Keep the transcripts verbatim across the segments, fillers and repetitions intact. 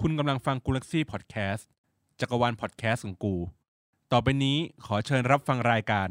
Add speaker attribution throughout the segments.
Speaker 1: คุณกำลังฟังกูลักซี่พอดแคสต์จักรวาลพอดแคสต์ของกูต่อไปนี้ขอเชิญรับฟังรายการ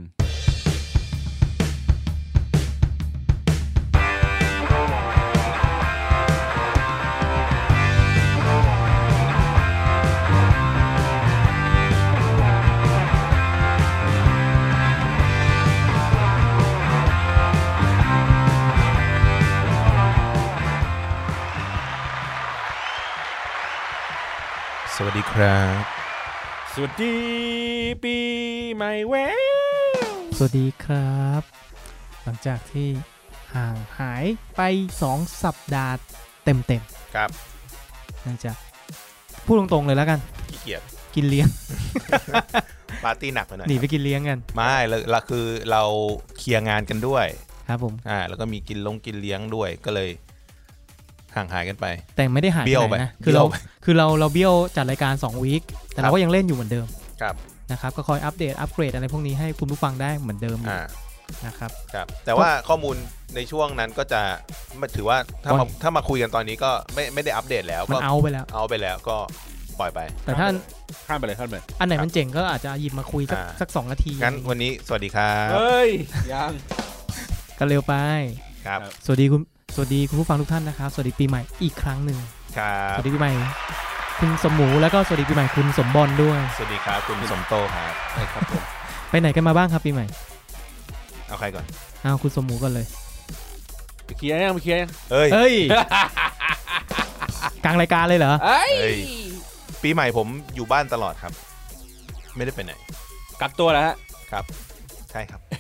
Speaker 2: สวัสดีครับ
Speaker 1: สวัสดีปีใหม่แวว
Speaker 3: สวัสดีครับหลังจากที่ห่างหายไปสองสัปดาห์เต็มๆ
Speaker 2: ครับ
Speaker 3: หลังจากพูดตรงๆเลยแล้วกัน
Speaker 2: ขี้เกียจ
Speaker 3: กินเลี้ยง
Speaker 2: ปาร์ตี้หนักไปหน่อย
Speaker 3: หนีไปกินเลี้ยงกัน
Speaker 2: ไม่เราคือเราเคลียร์งานกันด้วย
Speaker 3: ครับผม
Speaker 2: อ่าแล้วก็มีกินลงกินเลี้ยงด้วยก็เลยห่างหายกันไป
Speaker 3: แต่ไม่ได้หายไปไหนนะคือเราคือเราเราเบี้ยวจัดรายการสองวีคแต่เราก็ยังเล่นอยู่เหมือนเดิม
Speaker 2: ครับ
Speaker 3: นะครับก็คอยอัปเดตอัปเกรดอะไรพวกนี้ให้คุณผู้ฟังได้เหมือนเดิมนะครับ
Speaker 2: ครับแต่ว่าข้อมูลในช่วงนั้นก็จะถือว่าถ้ามาถ้ามาคุยกันตอนนี้ก็ไม่ไม่ได้อัปเดตแล้ว
Speaker 3: มันเอาไปแล้ว
Speaker 2: เอาไปแล้วก็ปล่อยไป
Speaker 3: แต่ถ้า
Speaker 1: ข้ามไปเลยข้ามไป
Speaker 3: อันไหนมันเจ๋งก็อาจจะหยิบมาคุยสักสักสองนาที
Speaker 2: งั้นวันนี้สวัสดีครับ
Speaker 1: เฮ้ยยัง
Speaker 3: ก็เร็วไป
Speaker 2: ครับ
Speaker 3: สวัสดีคุณสวัสดีคุณผู้ฟังทุกท่านนะครับสวัสดีปีใหม่อีกครั้งหนึ่ง
Speaker 2: ครับ
Speaker 3: สวัสดีปีใหม่คุณสมหมูแล้วก็สวัสดีปีใหม่คุณสมบอลด้วย
Speaker 2: สวัสดีครับคุณสมโตครับ
Speaker 1: ใช่ครับผม
Speaker 3: ไปไหนกันมาบ้างครับปีใหม่
Speaker 2: เอาใครก่อน
Speaker 3: เอาคุณสมหมูก่อนเลย
Speaker 1: ไปเคลียร์ยังไปเคลียร์ยัง
Speaker 2: เฮ้ย
Speaker 3: เฮ้ยกลางรายการเลยเหรอ
Speaker 2: เฮ้ยปีใหม่ผมอยู่บ้านตลอดครับไม่ได้ไปไหน
Speaker 1: กักตัวแล้วฮะ
Speaker 2: ครับใช่ครับ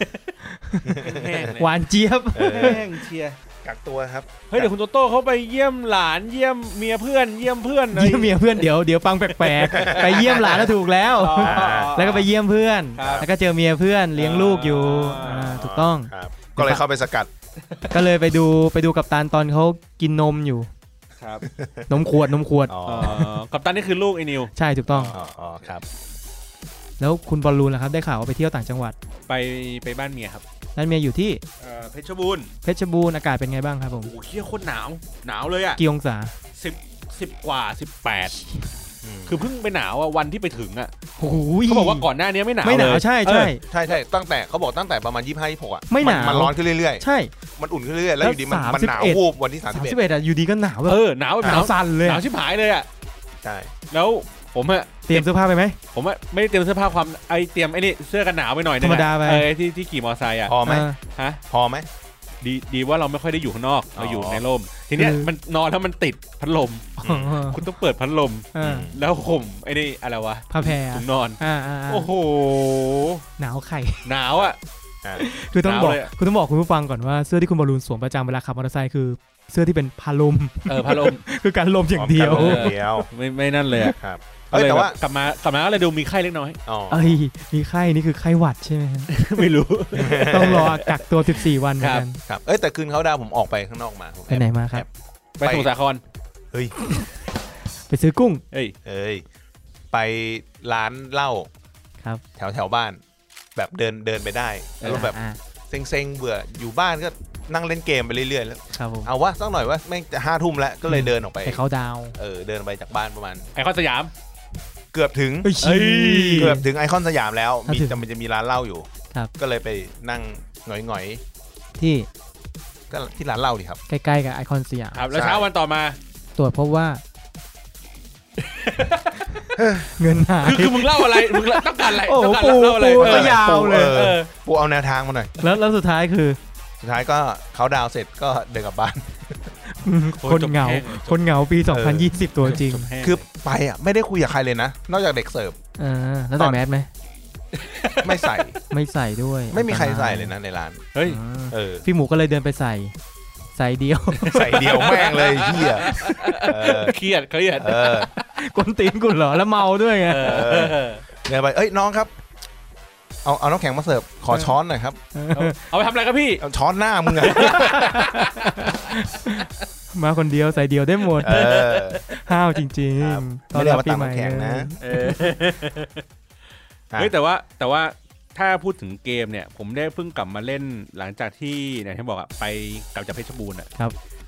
Speaker 3: หวานเจี๊ยบ
Speaker 1: แห้งเชียร์
Speaker 2: กักตัวครับ
Speaker 1: เฮ้ยเดี๋ยวคุณโตโต้เขาไปเยี่ยมหลานเยี่ยมเมียเพื่อนเยี่ยมเพื่อน
Speaker 3: เยี่ยมเมียเพื่อนเดี๋ยวเดี๋ยวฟังแปลกๆไปเยี่ยมหลานแล้วถูกแล้วแล้วก็ไปเยี่ยมเพื่อนแล้วก็เจอเมียเพื่อนเลี้ยงลูกอยู่ถูกต้อง
Speaker 2: ก็เลยเข้าไปสกัด
Speaker 3: ก็เลยไปดูไปดูกัปตันตอนเขากินนมอยู่
Speaker 1: ครับ
Speaker 3: นมขวดนมขวด
Speaker 1: กัปตันนี่คือลูกไอ้นิว
Speaker 3: ใช่ถูกต้อง
Speaker 2: อ๋อครับ
Speaker 3: แล้วคุณบอลลูนล่ะครับได้ข่าวว่าไปเที่ยวต่างจังหวัด
Speaker 1: ไปไปบ้านเมียครับ
Speaker 3: บ้านเมียอยู่ที่
Speaker 1: เพชรบูรณ์
Speaker 3: เพชรบูรณ์อากาศเป็นไงบ้างครับผม
Speaker 1: โอ้โหเหี้ยโคตรหนาวหนาวเลยอ่ะ
Speaker 3: กี่องศา
Speaker 1: สิบ สิบกว่าสิบแปดคือเพิ่งไปหนาวอ่ะวันที่ไปถึงอ่ะ
Speaker 3: โอ้โห
Speaker 1: เขาบอกว่าก่อนหน้านี้ไม่หนาว
Speaker 3: ไม่หนาวใช่ใช่
Speaker 2: ใช่ใช่ตั้งแต่เขาบอกตั้งแต่ประมาณยี่สิบห้า ยี่สิบหกอ่ะ
Speaker 3: ไม่หนาว
Speaker 2: มันร้อนขึ้นเรื่อย
Speaker 3: ๆใช่
Speaker 2: มันอุ่นขึ้นเรื่อยๆแล้วอยู่ดีมันมันหนาววูบวันที่สามสิบเอ็ด
Speaker 3: อ่ะอยู่ดีก็หนาวแบบ
Speaker 1: เออหนาว
Speaker 3: หนาวสั่นเลย
Speaker 1: หนาวชิบหายเลยอ่ะ
Speaker 2: ใช่
Speaker 1: แล้วผมอะ
Speaker 3: เตรียมเสื้อผ้าไปไหม
Speaker 1: ผมอะไม่ได้เตรียมเสื้อผ้าความไอเตรียมไอ้นี่เสื้อกันหนาวไปหน่อยนึง
Speaker 3: ธรรมดาไป
Speaker 1: เออที่ที่ขี่มอเตอร์ไซค์อะ
Speaker 2: พอไหม
Speaker 1: ฮะ
Speaker 2: พอไหม
Speaker 1: ดีดีว่าเราไม่ค่อยได้อยู่ข้างนอกเราอยู่ในร่มทีเนี้ยมันนอนแล้วมันติดพัดลมคุณต้องเปิดพัดลมแล้วข่มไอ้นี่อะไรวะ
Speaker 3: ผ้าแพร
Speaker 1: ถุงนอนโอ้โห
Speaker 3: หนาวไข่
Speaker 1: หนาวอะ
Speaker 3: คือต้องบอกคุณต้องบอกคุณผู้ฟังก่อนว่าเสื้อที่คุณบอลลูนสวมประจำเวลาขับมอเตอร์ไซค์คือเสื้อที่เป็นผ้าลม
Speaker 1: เออผ้าลม
Speaker 3: คือการลมอย่างเดียว
Speaker 1: ไม่ไม่นั่นเลย
Speaker 2: ครับ
Speaker 1: แต่ว่ากลับมากลับมาก็เลยดูมีไข้เล็กน้อย
Speaker 3: อ๋อเอ้ยมีไข้นี่คือไข้หวัดใช่ไหม
Speaker 1: ไม่รู้
Speaker 3: ต้องรอกักตัวสิบสี่วันเหมือนกัน
Speaker 2: ครับเอ้ยแต่คืนเขาดาวผมออกไปข้างนอกมา
Speaker 3: ไปไหนมาครับ
Speaker 1: ไปสมุทรสาคร
Speaker 2: เฮ้ย
Speaker 3: ไปซื้อกุ้ง
Speaker 1: เอ้ย
Speaker 2: เอ้ยไปร้านเหล้า
Speaker 3: ครับ
Speaker 2: แถวแถวบ้านแบบเดินเดินไปได้แล้วแบบเซ็งๆเบื่ออยู่บ้านก็นั่งเล่นเกมไปเรื่อยๆแล้วเอาวะสักหน่อยว่าแม่งจะห้าทุ่มแล้วก็เลยเดินออกไป
Speaker 3: ไปเขาดาว
Speaker 2: เออเดินไปจากบ้านประมาณ
Speaker 1: ไอคอนสยาม
Speaker 2: เกือบถึงเกือบถึงไอคอนสยามแล้วมีจะมันจะมีร้านเหล้าอยู่ก็เลยไปนั่งหงอย
Speaker 3: ๆที่
Speaker 2: ก็ที่ร้านเหล้าดิครับ
Speaker 3: ใกล้ๆกับไอคอนสยาม
Speaker 1: ครับแล้วเช้าวันต่อมา
Speaker 3: ตรวจพบว่าเงินหาย
Speaker 1: คือมึงเล่าอะไรมึงต้องการอะไรต้องการเล่าอะไร
Speaker 3: ก็ยาวเลย
Speaker 2: ปูเอาแนวทางมาหน่อย
Speaker 3: แล้วแล้วสุดท้ายคือ
Speaker 2: สุดท้ายก็เขาดาวเสร็จก็เดินกลับบ้าน
Speaker 3: คนเหงาคนเหงาปีสองพันยี่สิบตัวจริง
Speaker 2: คือไปอ่ะไม่ได้คุยกับใครเลยนะนอกจากเด็กเสิร์ฟ
Speaker 3: เออแล้วใส่แมสไหม
Speaker 2: ไม่ใส่
Speaker 3: ไม่ใส่ด้วย
Speaker 2: ไม่มีใครใส่เลยนะในร้าน
Speaker 1: เฮ้ย
Speaker 2: เออ
Speaker 3: พี่หมูก็เลยเดินไปใส่ใส่เดียว
Speaker 2: ใส่เดียวแม่งเลยเหี้ย
Speaker 1: เครียดเครียด
Speaker 3: กวนตีนกูเหรอแล้วเมาด้วยไง
Speaker 2: เดินไปเอ้ยน้องครับเอาเอาน้ำแข็งมาเสิร์ฟขอช้อนหน่อยครับ
Speaker 1: เอาไปทำอะไรครับพี่
Speaker 2: เอาช้อนหน้ามึงอะ
Speaker 3: มาคนเดียวใส่เดียวได้หมดห้าวจริง
Speaker 2: ๆตอนรับปีใหม่นะ
Speaker 1: เฮ้ยแต่ว่าแต่ว่าถ้าพูดถึงเกมเนี่ยผมได้เพิ่งกลับมาเล่นหลังจากที่เนี่ยที่บอกอะไปกลับจากเพชรบูรณ์อะ
Speaker 3: ครับ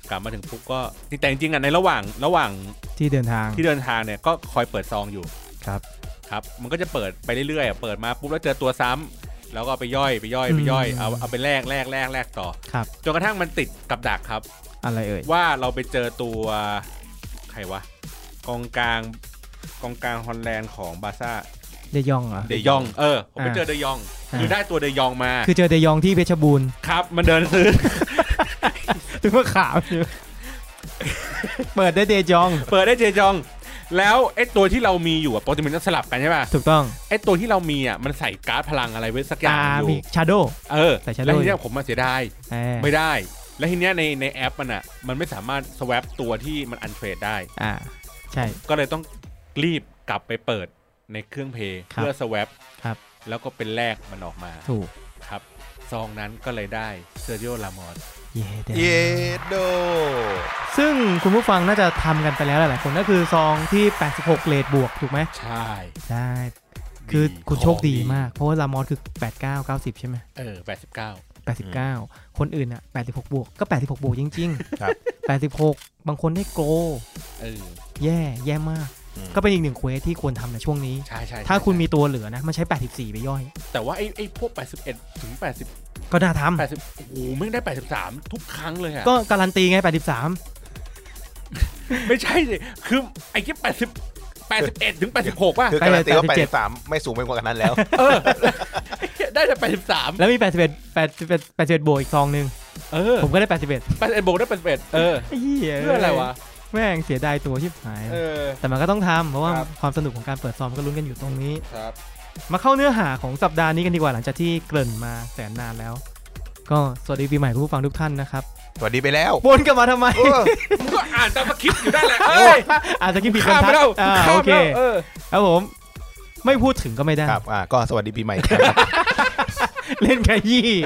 Speaker 1: กลับมาถึงปุ๊บก็แต่จริงๆอ่ะในระหว่างระหว่าง
Speaker 3: ที่เดินทาง
Speaker 1: ที่เดินทางเนี่ยก็คอยเปิดซองอยู่
Speaker 3: ครับ
Speaker 1: ครับมันก็จะเปิดไปเรื่อยๆเปิดมาปุ๊บแล้วเจอตัวซ้ำแล้วก็ไปย่อยไปย่อยไปย่อยเอาเอาไปแลกแลกแลกแลกต่อ
Speaker 3: ครับ
Speaker 1: จนกระทั่งมันติดกับดักครับ
Speaker 3: อะไรเอ่ย
Speaker 1: ว่าเราไปเจอตัวใครวะกองกลางกองกลางฮอลแลนด์ของบาร์ซ่า
Speaker 3: เดยองเหรอ
Speaker 1: เดยองเออผมไปเจอเดยองคือได้ตัวเดยองมา
Speaker 3: คือเจอเดยองที่เพชรบูรณ์
Speaker 1: ครับมันเดินซื้อ
Speaker 3: ถึงว่าขาวเปิดได้เดยอง
Speaker 1: เปิดได้เดยองแล้วไอ้ตัวที่เรามีอยู่อ่ะปกติมันจะสลับกันใช่ป่ะ
Speaker 3: ถูกต้อง
Speaker 1: ไอ้ตัวที่เรามีอ่ะมันใส่การ์ดพลังอะไรไว้สักอย่างอยู่
Speaker 3: มีชาโดว์
Speaker 1: เออ
Speaker 3: ใส่ชาโดว์
Speaker 1: แล้วทีเนี้ยผมมาเสียดายไม่ได้แล้วทีเนี้ยในในแอปมันอ่ะมันไม่สามารถสวปตัวที่มันอันเทรดได้
Speaker 3: อ่าใช่
Speaker 1: ก็เลยต้องรีบกลับไปเปิดในเครื่องเพย์เพื่อสวป
Speaker 3: ครับ
Speaker 1: แล้วก็เป็นแลกมันออกมา
Speaker 3: ถูก
Speaker 1: ครับซองนั้นก็เลยได้เซอร์จิโอ รามอส
Speaker 3: เยเด
Speaker 2: เยโด
Speaker 3: ซึ่งคุณผู้ฟังน่าจะทำกันไปแล้วหลายๆคนก็คือซองที่แปดสิบหกเรทบวกถูกไหม
Speaker 1: ใช่
Speaker 3: ได้คือคุณโชคดีมากเพราะว่ารามอสคือแปดสิบเก้า เก้าสิบใช่ไหม
Speaker 1: เออแปดสิบเก้า
Speaker 3: แปดสิบเก้าคนอื่นอ่ะแปดสิบหกบวกก็แปดสิบหกบวกจริงๆครับแปดสิบหกบางคนได้โกลเออแย่แย่มากก็เป็นอีกหนึ่งเควสที่ควรทำในช่วงนี้
Speaker 1: ใช่ใช่
Speaker 3: ถ้าคุณมีตัวเหลือนะมันใช้แปดสิบสี่ไปย่อย
Speaker 1: แต่ว่าไอ้ไอ้พวกแปดสิบเอ็ดถึงแปดสิบ
Speaker 3: ก็น่าทำ
Speaker 1: แปดสิบโอ้โหไม่ได้แปดสิบสามทุกครั้งเลยอ่ะ
Speaker 3: ก็การันตีไงแปดสิบสาม
Speaker 1: ไม่ใช่สิคือไอ้แค่แปดสิบ แปดสิบเอ็ดถึงแปดสิบหกป่ะ
Speaker 2: คือการันตีว่าแปดสิบสามไม่สูงไปกว่านั้นแล้ว
Speaker 1: เออได้แต่แปดสิบสาม
Speaker 3: แล้วมีแปดสิบเอ็ด แปดสิบเอ็ด แปดสิบเอ็ดบวกอีกซองนึงเออผมก็ได้แปดสิบเอ็ด
Speaker 1: แปดสิบเอ็ดบวกได้แปดสิบเอ็ดเออเพื่ออะไรวะ
Speaker 3: แม่งเสียดายตัวชิบหายแต่มันก็ต้องทำเพราะว่าความสนุกของการเปิดซองก็ลุ้นกันอยู่ตรงนี้มาเข้าเนื้อหาของสัปดาห์นี้กันดีกว่าหลังจากที่เกริ่นมาแสนนานแล้วก็สวัสดีปีใหม่ผู้ฟังทุกท่านนะครับ
Speaker 2: สวัสดีไปแล้ว
Speaker 3: วนกลับมาทำไม
Speaker 1: มึงก็อ่านตามสคริปต์อยู่ได้แหละ
Speaker 3: อ่านสคริปต์ผิดกันแล้วโอเคครับผมไม่พูดถึงก็ไม่ได้
Speaker 2: ครับอ่าก็สวัสดีปีใหม่
Speaker 3: เล่นขยี้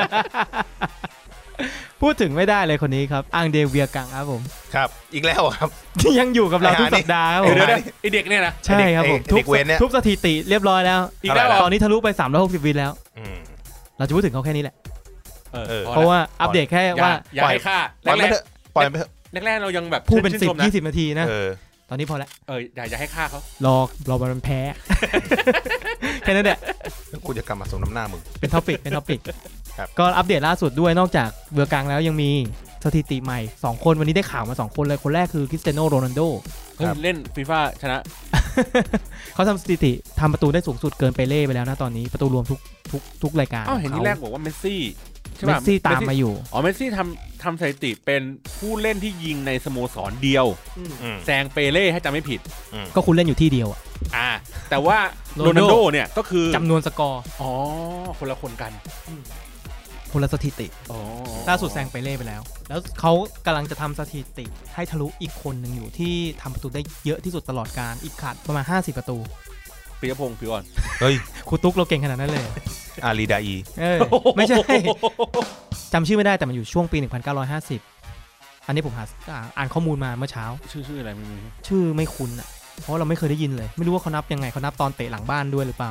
Speaker 3: พูดถึงไม่ได้เลยคนนี้ครับอังเดเวียกังครับผม
Speaker 2: ครับอีกแล้วครับ
Speaker 3: ที่ยังอยู่กับเราทุกสัปดาห์ครับผม
Speaker 1: ไอเด็กเนี่ยนะ
Speaker 3: ใช่ครับผมทุกทุกสถิติเรียบร้อยแล้ว
Speaker 1: อีกแล้ว
Speaker 3: ตอนนี้ทะลุไปสามร้อยหกสิบวินแล้วเราจะพูดถึงเขาแค่นี้แหละเพราะว่าอัปเดตแค่ว่า
Speaker 1: ปล่อยค่า
Speaker 2: แรกๆปล่อยไปเถอะ
Speaker 1: แรกๆเรายังแบบ
Speaker 3: พูดเป็นสิบ ยี่สิบนาทีนะตอนนี้พอแล้ว
Speaker 1: เอออย่าอย่าให้ค่าเขา
Speaker 3: รอรอมันแพ้แค่นั้นแหละ
Speaker 2: กูจะกลับมาส่งน้ำหน้ามึง
Speaker 3: เป็นท็อปิกเป็นท็อปิกก็อัปเดตล่าสุดด้วยนอกจากเบอร์กลางแล้วยังมีสถิติใหม่สองคนวันนี้ได้ข่าวมาสองคนเลยคนแรกคือคริสเตียโนโรนัลโด
Speaker 1: เล่นฟีฟ่าชนะ
Speaker 3: เขาทำสถิติทำประตูได้สูงสุดเกินเปเล่ไปแล้วนะตอนนี้ประตูรวมทุกทุกทุกรายการ
Speaker 1: อ้าวเห็นที่แรกบอกว่าเมสซี่
Speaker 3: เมสซี่ตามมาอยู่
Speaker 1: อ๋อเมสซี่ทำทำสถิติเป็นผู้เล่นที่ยิงในสโมสรเดียวแซงเปเล่ให้จำไม่ผิด
Speaker 3: ก็คุณเล่นอยู่ที่เดียว
Speaker 1: อ่ะแต่ว่าโรนัลโดเนี่ยก็คือ
Speaker 3: จำนวนสกอร์
Speaker 1: อ๋อคนละคนกัน
Speaker 3: คนละสถิติล่าสุดแซงเปเล่ไปแล้วแล้วเขากำลังจะทำสถิติให้ทะลุอีกคนหนึ่งอยู่ที่ทำประตูได้เยอะที่สุดตลอดการอีกขาดประมาณห้าสิบประตู
Speaker 1: ปิยพงศ์ผิวอ่อน
Speaker 2: เฮ้ย
Speaker 3: ครูตุ๊กเราเก่งขนาดนั้นเลย
Speaker 2: อาลีดาอี
Speaker 3: เออไม่ใช่จำชื่อไม่ได้แต่มันอยู่ช่วงปีหนึ่งพันเก้าร้อยห้าสิบอันนี้ผมหาอ่านข้อมูลมาเมื่อเช้า
Speaker 1: ชื่อชื่ออะไรไม่รู้
Speaker 3: ชื่อไม่คุ้นอ่ะเพราะเราไม่เคยได้ยินเลยไม่รู้ว่าเขานับยังไงเขานับตอนเตะหลังบ้านด้วยหรือเปล่า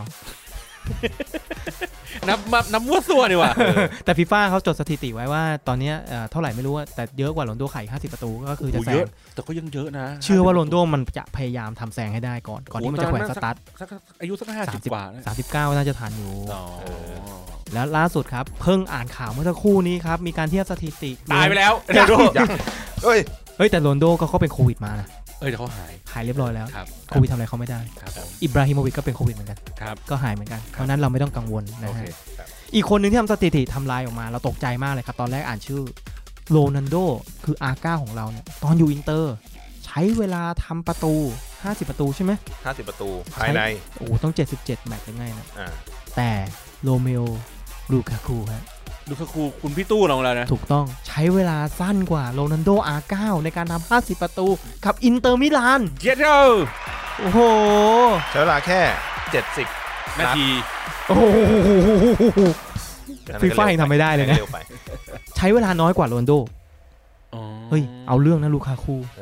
Speaker 1: นับนับมั่วซั่วนี่ว่ะ
Speaker 3: แต่ฟีฟ่าเขาจดสถิติไว้ว่าตอนนี้เท่าไหร่ไม่รู้แต่เยอะกว่าโรนัลโดไข่ห้าสิบประตูก็คือจะแซง
Speaker 1: แต่ก็ยังเยอะนะ
Speaker 3: เชื่อว่าโรนัลโดมันจะพยายามทำแซงให้ได้ก่อนก่อนที่มันจะแขวนสตาร์ท
Speaker 1: อายุสักห้าสิบกว่า
Speaker 3: สามสิบเก้าน่าจะทันอยู่แล้วล่าสุดครับเพิ่งอ่านข่าวเมื่อสักครู่นี้ครับมีการเทียบสถิติ
Speaker 1: ตายไปแล้ว
Speaker 2: โรนัลโดเฮ้ย
Speaker 3: เฮ้ยแต่โรนัลโดก็เขาเป็นโควิดมานะ
Speaker 1: เออแต่เขาหาย
Speaker 3: หายเรียบร้อยแล้วโควิดทำอะไรเขาไม่ได้อิบราฮิโมวิชก็เป็นโควิดเหมือนกันก็หายเหมือนกันเพราะนั้นเราไม่ต้องกังวลนะฮะอีกคนนึงที่ทำสถิติทำลายออกมาเราตกใจมากเลยครับตอนแรกอ่านชื่อโรนัลโดคือ อาร์ ไนน์ ของเราเนี่ยตอนอยู่อินเตอร์ใช้เวลาทำประตูห้าสิบประตูใช่ไหม
Speaker 2: ห้าสิบประตูภายใน
Speaker 3: โอ้ต้องเจ็ดสิบเจ็ดแมตช์ยังไงนะแต่โรเมโอลูคาคูฮะ
Speaker 1: ลูคาคูคุณพี่ตู้ลองแล้วนะ
Speaker 3: ถูกต้องใช้เวลาสั้นกว่าโรนัลโด อาร์ ไนน์ ในการทำห้าสิบประตูกับอินเตอร์มิลาน
Speaker 1: เจ็ดเท่า
Speaker 3: โอ้โห
Speaker 2: ใช้เวลาแค่เจ็ดสิบ
Speaker 1: นาที
Speaker 3: โอ้โหฟีฟ่ายังทำไม่ได้เลยนะใช้เวลาน้อยกว่าโรนัลโดเฮ้ยเอาเรื่องนะลูคาคู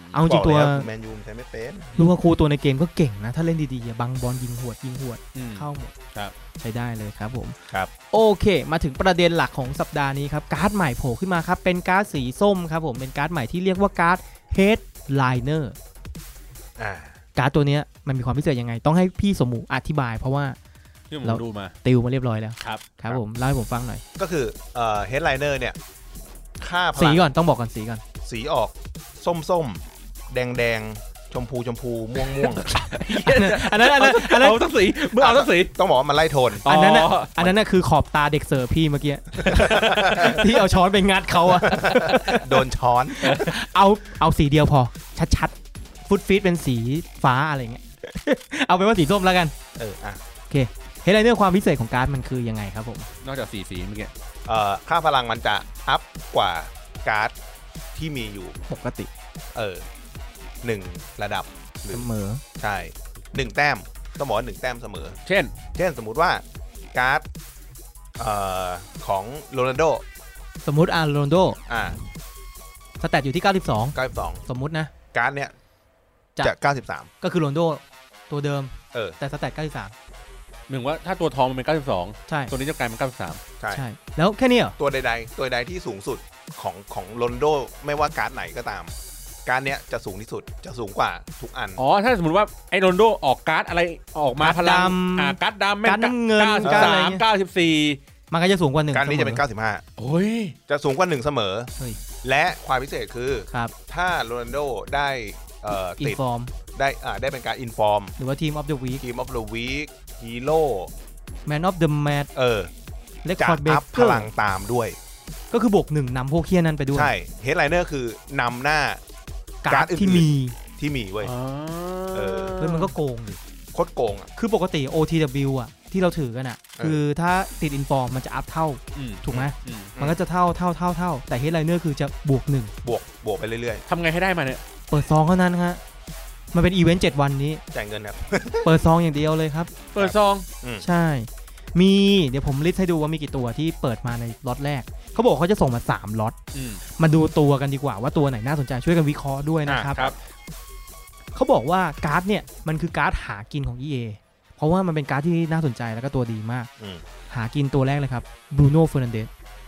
Speaker 3: เอาจริงตัว
Speaker 2: แมนยูใช้ไม่เป็น
Speaker 3: ลูกาคูตัวในเกมก็เก่งนะถ้าเล่นดีๆบังบอลยิงหวดยิงหวดเข้าหมดใช้ได้เลยครับผม
Speaker 2: ครับ
Speaker 3: โอเคมาถึงประเด็นหลักของสัปดาห์นี้ครับการ์ดใหม่โผล่ขึ้นมาครับเป็นการ์ดสีส้มครับผมเป็นการ์ดใหม่ที่เรียกว่าการ์ด Headliner
Speaker 2: อ่า
Speaker 3: การ์ดตัวนี้มันมีความพิเศษยังไงต้องให้พี่สมมุอธิบายเพราะว่า
Speaker 1: เราดูมา
Speaker 3: ติวมาเรียบร้อยแล้ว
Speaker 1: ครับ
Speaker 3: ครับผมเล่าให้ผมฟังหน่อย
Speaker 2: ก็คือเอ่อ Headliner เนี่ยค่าพลัง
Speaker 3: สีก่อนต้องบอกก่อนสีก่อน
Speaker 2: สีออกส้มๆแดงๆชมพูชมพูม่วงม่วง
Speaker 3: อันนั้นอันนั้นอันนั้น
Speaker 1: เอาทั้งสีเมื่อเอาทั้งสี
Speaker 2: ต้องบอกว่ามันไล่โทน
Speaker 3: อันนั้นอันนั้นน่ะคือขอบตาเด็กเสิร์ฟพี่เมื่อกี้ที่เอาช้อนไปงัดเขาอะ
Speaker 2: โดนช้อน
Speaker 3: เอาเอาสีเดียวพอชัดๆฟุตฟีดเป็นสีฟ้าอะไรเงี้ยเอาไปว่าสีส้มแล้วกัน
Speaker 2: เอออ่ะ
Speaker 3: โอเคเฮดไลเนอร์ความพิเศษของการ์ดมันคือยังไงครับผม
Speaker 1: นอกจากสีสีเมื่อกี้
Speaker 2: เอ่อค่าพลังมันจะอัพกว่าการ์ดที่มีอยู่
Speaker 3: ปกติ
Speaker 2: เออหนึ่งระดับ
Speaker 3: เสมอ
Speaker 2: ใช่หนึ่งแต้มต้องบอกว่าหนึ่งแต้มเสมอ
Speaker 1: เช่น
Speaker 2: เช่นสมมุติว่าการ์ดเอ่อของโรนัลโด
Speaker 3: สมมุติอ่าโรนัลโด
Speaker 2: อ่า
Speaker 3: สแตทอยู่ที่เก้าสิบสอง
Speaker 2: เก้าสิบสอง
Speaker 3: สมมุตินะ
Speaker 2: การ์ดเนี้ยจะเก้าสิบสาม
Speaker 3: ก็คือโรนัลโดตัวเดิม
Speaker 2: เออ
Speaker 3: แต่สแตทเก้าสิบสาม
Speaker 1: หนึ่งว่าถ้าตัวทองมันเป็นเก้าสิบสอง
Speaker 3: ใช่
Speaker 1: ตัวนี้จะกลายเป็นเก้าสิบสาม
Speaker 2: ใช่
Speaker 3: ใช่แล้วแค่นี้เหรอ
Speaker 2: ตัวใดๆตัวใดที่สูงสุดของของโรนัลโดไม่ว่าการ์ดไหนก็ตามการ์ดเนี้ยจะสูงที่สุดจะสูงกว่าทุกอัน
Speaker 1: อ๋อถ้าสมมติว่าไอ้โรนัลโดออกการ์ดอะไรออกมาพลังอ่าการ์ดดำ
Speaker 3: การ์ดน้ำเงิน
Speaker 1: การ์ดสามเก้าสิบสี่
Speaker 3: มันก็จะสูงกว่าหนึ่ง
Speaker 2: การ์ดนี้จะเป็นเก้าสิบห้า
Speaker 1: โอ้ย
Speaker 2: จะสูงกว่าหนึ่งเสมอและความพิเศษคือถ้าโรนัลโดได้เอ่อติดได้อ่าได้เป็นการอินฟอร์ม
Speaker 3: หรือว่าทีมออฟเดอะวีค
Speaker 2: ทีมออฟเดอะวีคฮีโร่
Speaker 3: แมนออฟเดอะแมตช์
Speaker 2: เออจะอัพพลังตามด้วย
Speaker 3: ก็คือบวกหนึ่งนำพวกเคียนั้นไปด้วย
Speaker 2: ใช่เฮดไลเนอร์คือนำหน้า
Speaker 3: การ์ดที่มี
Speaker 2: ที่มีเว้ย
Speaker 3: เออแล้วมันก็โกงดิ
Speaker 2: โคตรโกงอ่ะ
Speaker 3: คือปกติ โอ ที ดับเบิลยู อ่ะที่เราถือกันอ่ะคือถ้าติดอินฟอร์มมันจะอัพเท่าถูกไหมมันก็จะเท่าเท่าเท่าเท่าแต่เฮดไลเนอร์คือจะบวกหนึ่ง
Speaker 2: บวกบวกไปเรื่อย
Speaker 1: ๆทำไงให้ได้มาเนี่ย
Speaker 3: เปิดซองเท่านั้นฮะมันเป็นอีเวนต์เจ็ดวันนี้
Speaker 2: จ่ายเงินครับ
Speaker 3: เปิดซองอย่างเดียวเลยครับ
Speaker 1: เปิดซอง
Speaker 3: ใช่มีเดี๋ยวผมลิสต์ให้ดูว่ามีกี่ตัวที่เปิดมาในล็อตแรกเขาบอกเขาจะส่งมาสามล็อตมาดูตัวกันดีกว่าว่าตัวไหนน่าสนใจช่วยกันวิเคราะห์ด้วยนะครับเขาบอกว่าการ์ดเนี่ยมันคือการ์ดหากินของ อี เอ เพราะว่ามันเป็นการ์ดที่น่าสนใจแล้วก็ตัวดีมากหากินตัวแรกเลยครับบรูโน่เฟอร์นันเดส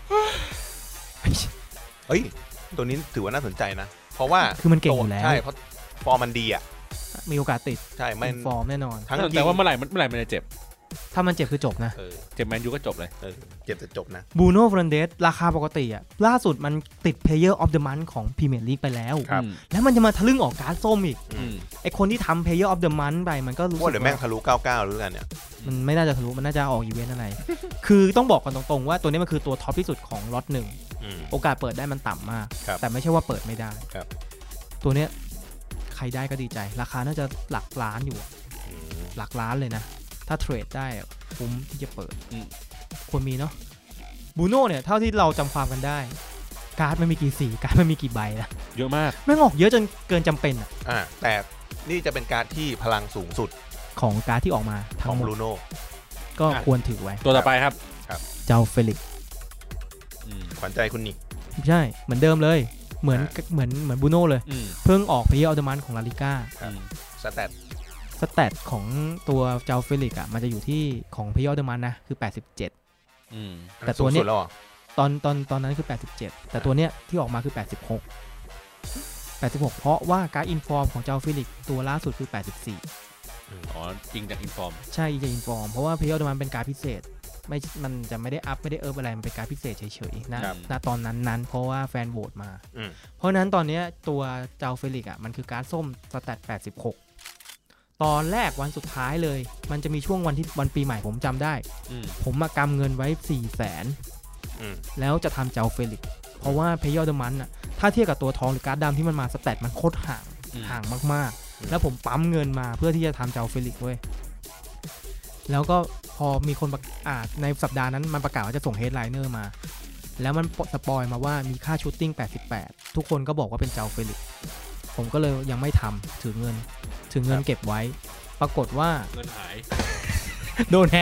Speaker 2: เฮ้ยตัวนี้ถือว่าน่าสนใจนะเพราะว่า
Speaker 3: คือมันเก่งอยู่แล้ว
Speaker 2: ใช่เพราะฟอร์มมันดีอ่ะ
Speaker 3: มีโอกาสติด
Speaker 2: ใช่ไม่
Speaker 3: ฟอร์มแน่นอน
Speaker 1: แต่ว่าเมื่อไหร่เมื่อไหร่มันจะเจ็บ
Speaker 3: ถ้ามันเจ็บคือจบนะ
Speaker 1: เจ็บแมนยูก็จบเลย
Speaker 2: เจ็บจะจบนะ
Speaker 3: บรูโน่เฟอร์นันเดสราคาปกติอ่ะล่าสุดมันติด Player of the Month ของพรีเมียร์ลีกไปแล้วแล้วมันจะมาทะลึ่งออกการ์ดส้มอีกไอคนที่ทำ Player of the Month ไปมันก็รู้สึก
Speaker 2: ว่าเดี๋ยวแม่งทะลุเก้าสิบเก้าหรือกันเนี่ย
Speaker 3: มันไม่น่าจะทะลุมันน่าจะออกอีเวนต์อะไรคือต้องบอกกันตรงๆว่าตัวนี้มันคือตัวท็อปที่สุดของล็อตหนึ่งโอกาสเปิดได้มันต่ำมากแต่ไม่ใช่ว่าเปิดไม่ได้ตัวเนี้ยใครได้ก็ดีใจราคาน่าจะหลักล้านอยู่หลักล้านเลยนะถ้าเทรดได้คุ้มที่จะเปิดควรมีเนาะบูโน่เนี่ยเท่าที่เราจำความกันได้การ์ดมันมีกี่สีการ์ดมันมีกี่ใบนะ
Speaker 1: เยอะมาก
Speaker 3: ไม่งอกเยอะจนเกินจำเป็นอ่ะ
Speaker 2: อ่าแต่นี่จะเป็นการ์ดที่พลังสูงสุด
Speaker 3: ของการ์ดที่ออกมา
Speaker 2: ของบูโน่
Speaker 3: ก็ควรถือไว้
Speaker 1: ตัวต่อไปครับ
Speaker 3: เจ้าเฟลิก
Speaker 2: ขวัญใจคุณนิก
Speaker 3: ใช่เหมือนเดิมเลยเหมือนเหมือนเหมือนบูโน่เลยเพิ่งออกเพย์ออลเดอร์มันของลาลิก้า
Speaker 2: สแตท
Speaker 3: สแตทของตัวเจ้าเฟลิกอ่ะมันจะอยู่ที่ของเพย์ออลเดอร์มันนะคือแปดสิบเจ็ดแต่ตัวเนี้ยตอนตอนตอนนั้นคือแปดสิบเจ็ดแต่ตัวเนี้ยที่ออกมาคือแปดสิบหก แปดสิบหกเพราะว่าการ์ดอินฟอร์มของเจ้าเฟลิกตัวล่าสุดคือแปดสิบสี่
Speaker 1: อ๋อจริงจากอินฟอร์ม
Speaker 3: ใช่จริงจากอินฟอร์มเพราะว่าเพย์ออลเดอร์มันเป็นการ์ดพิเศษไม่มันจะไม่ได้อัพไม่ได้เอิร์ฟอะไรมันเป็นการพิเศษเฉยๆนะณตอนนั้นนั้นเพราะว่าแฟนโหวตมาเพราะนั้นตอนนี้ตัวเจ้าเฟลิกอ่ะมันคือการส้มสแตทแปดสิบหกตอนแรกวันสุดท้ายเลยมันจะมีช่วงวันที่วันปีใหม่ผมจำได้ผมมากำเงินไว้ สี่แสน แล้วจะทำเจ้าเฟลิกเพราะว่าเพย์ออลเดอร์มันอ่ะถ้าเทียบกับตัวทองหรือการ์ดดำที่มันมาสแตทมันโคตรห่างห่างมากๆแล้วผมปั๊มเงินมาเพื่อที่จะทำเจ้าเฟลิกเว้ยแล้วก็พอมีคนอ่าในสัปดาห์นั้นมันประกาศว่าจะส่งเฮดไลเนอร์มาแล้วมันสปอยมาว่ามีค่าชูตติ้งแปดสิบแปดทุกคนก็บอกว่าเป็นเจ้าเฟลิกผมก็เลยยังไม่ทำถือเงินถือเงินเก็บไว้ปรากฏว่า
Speaker 1: เงินหาย
Speaker 3: โดนแฮก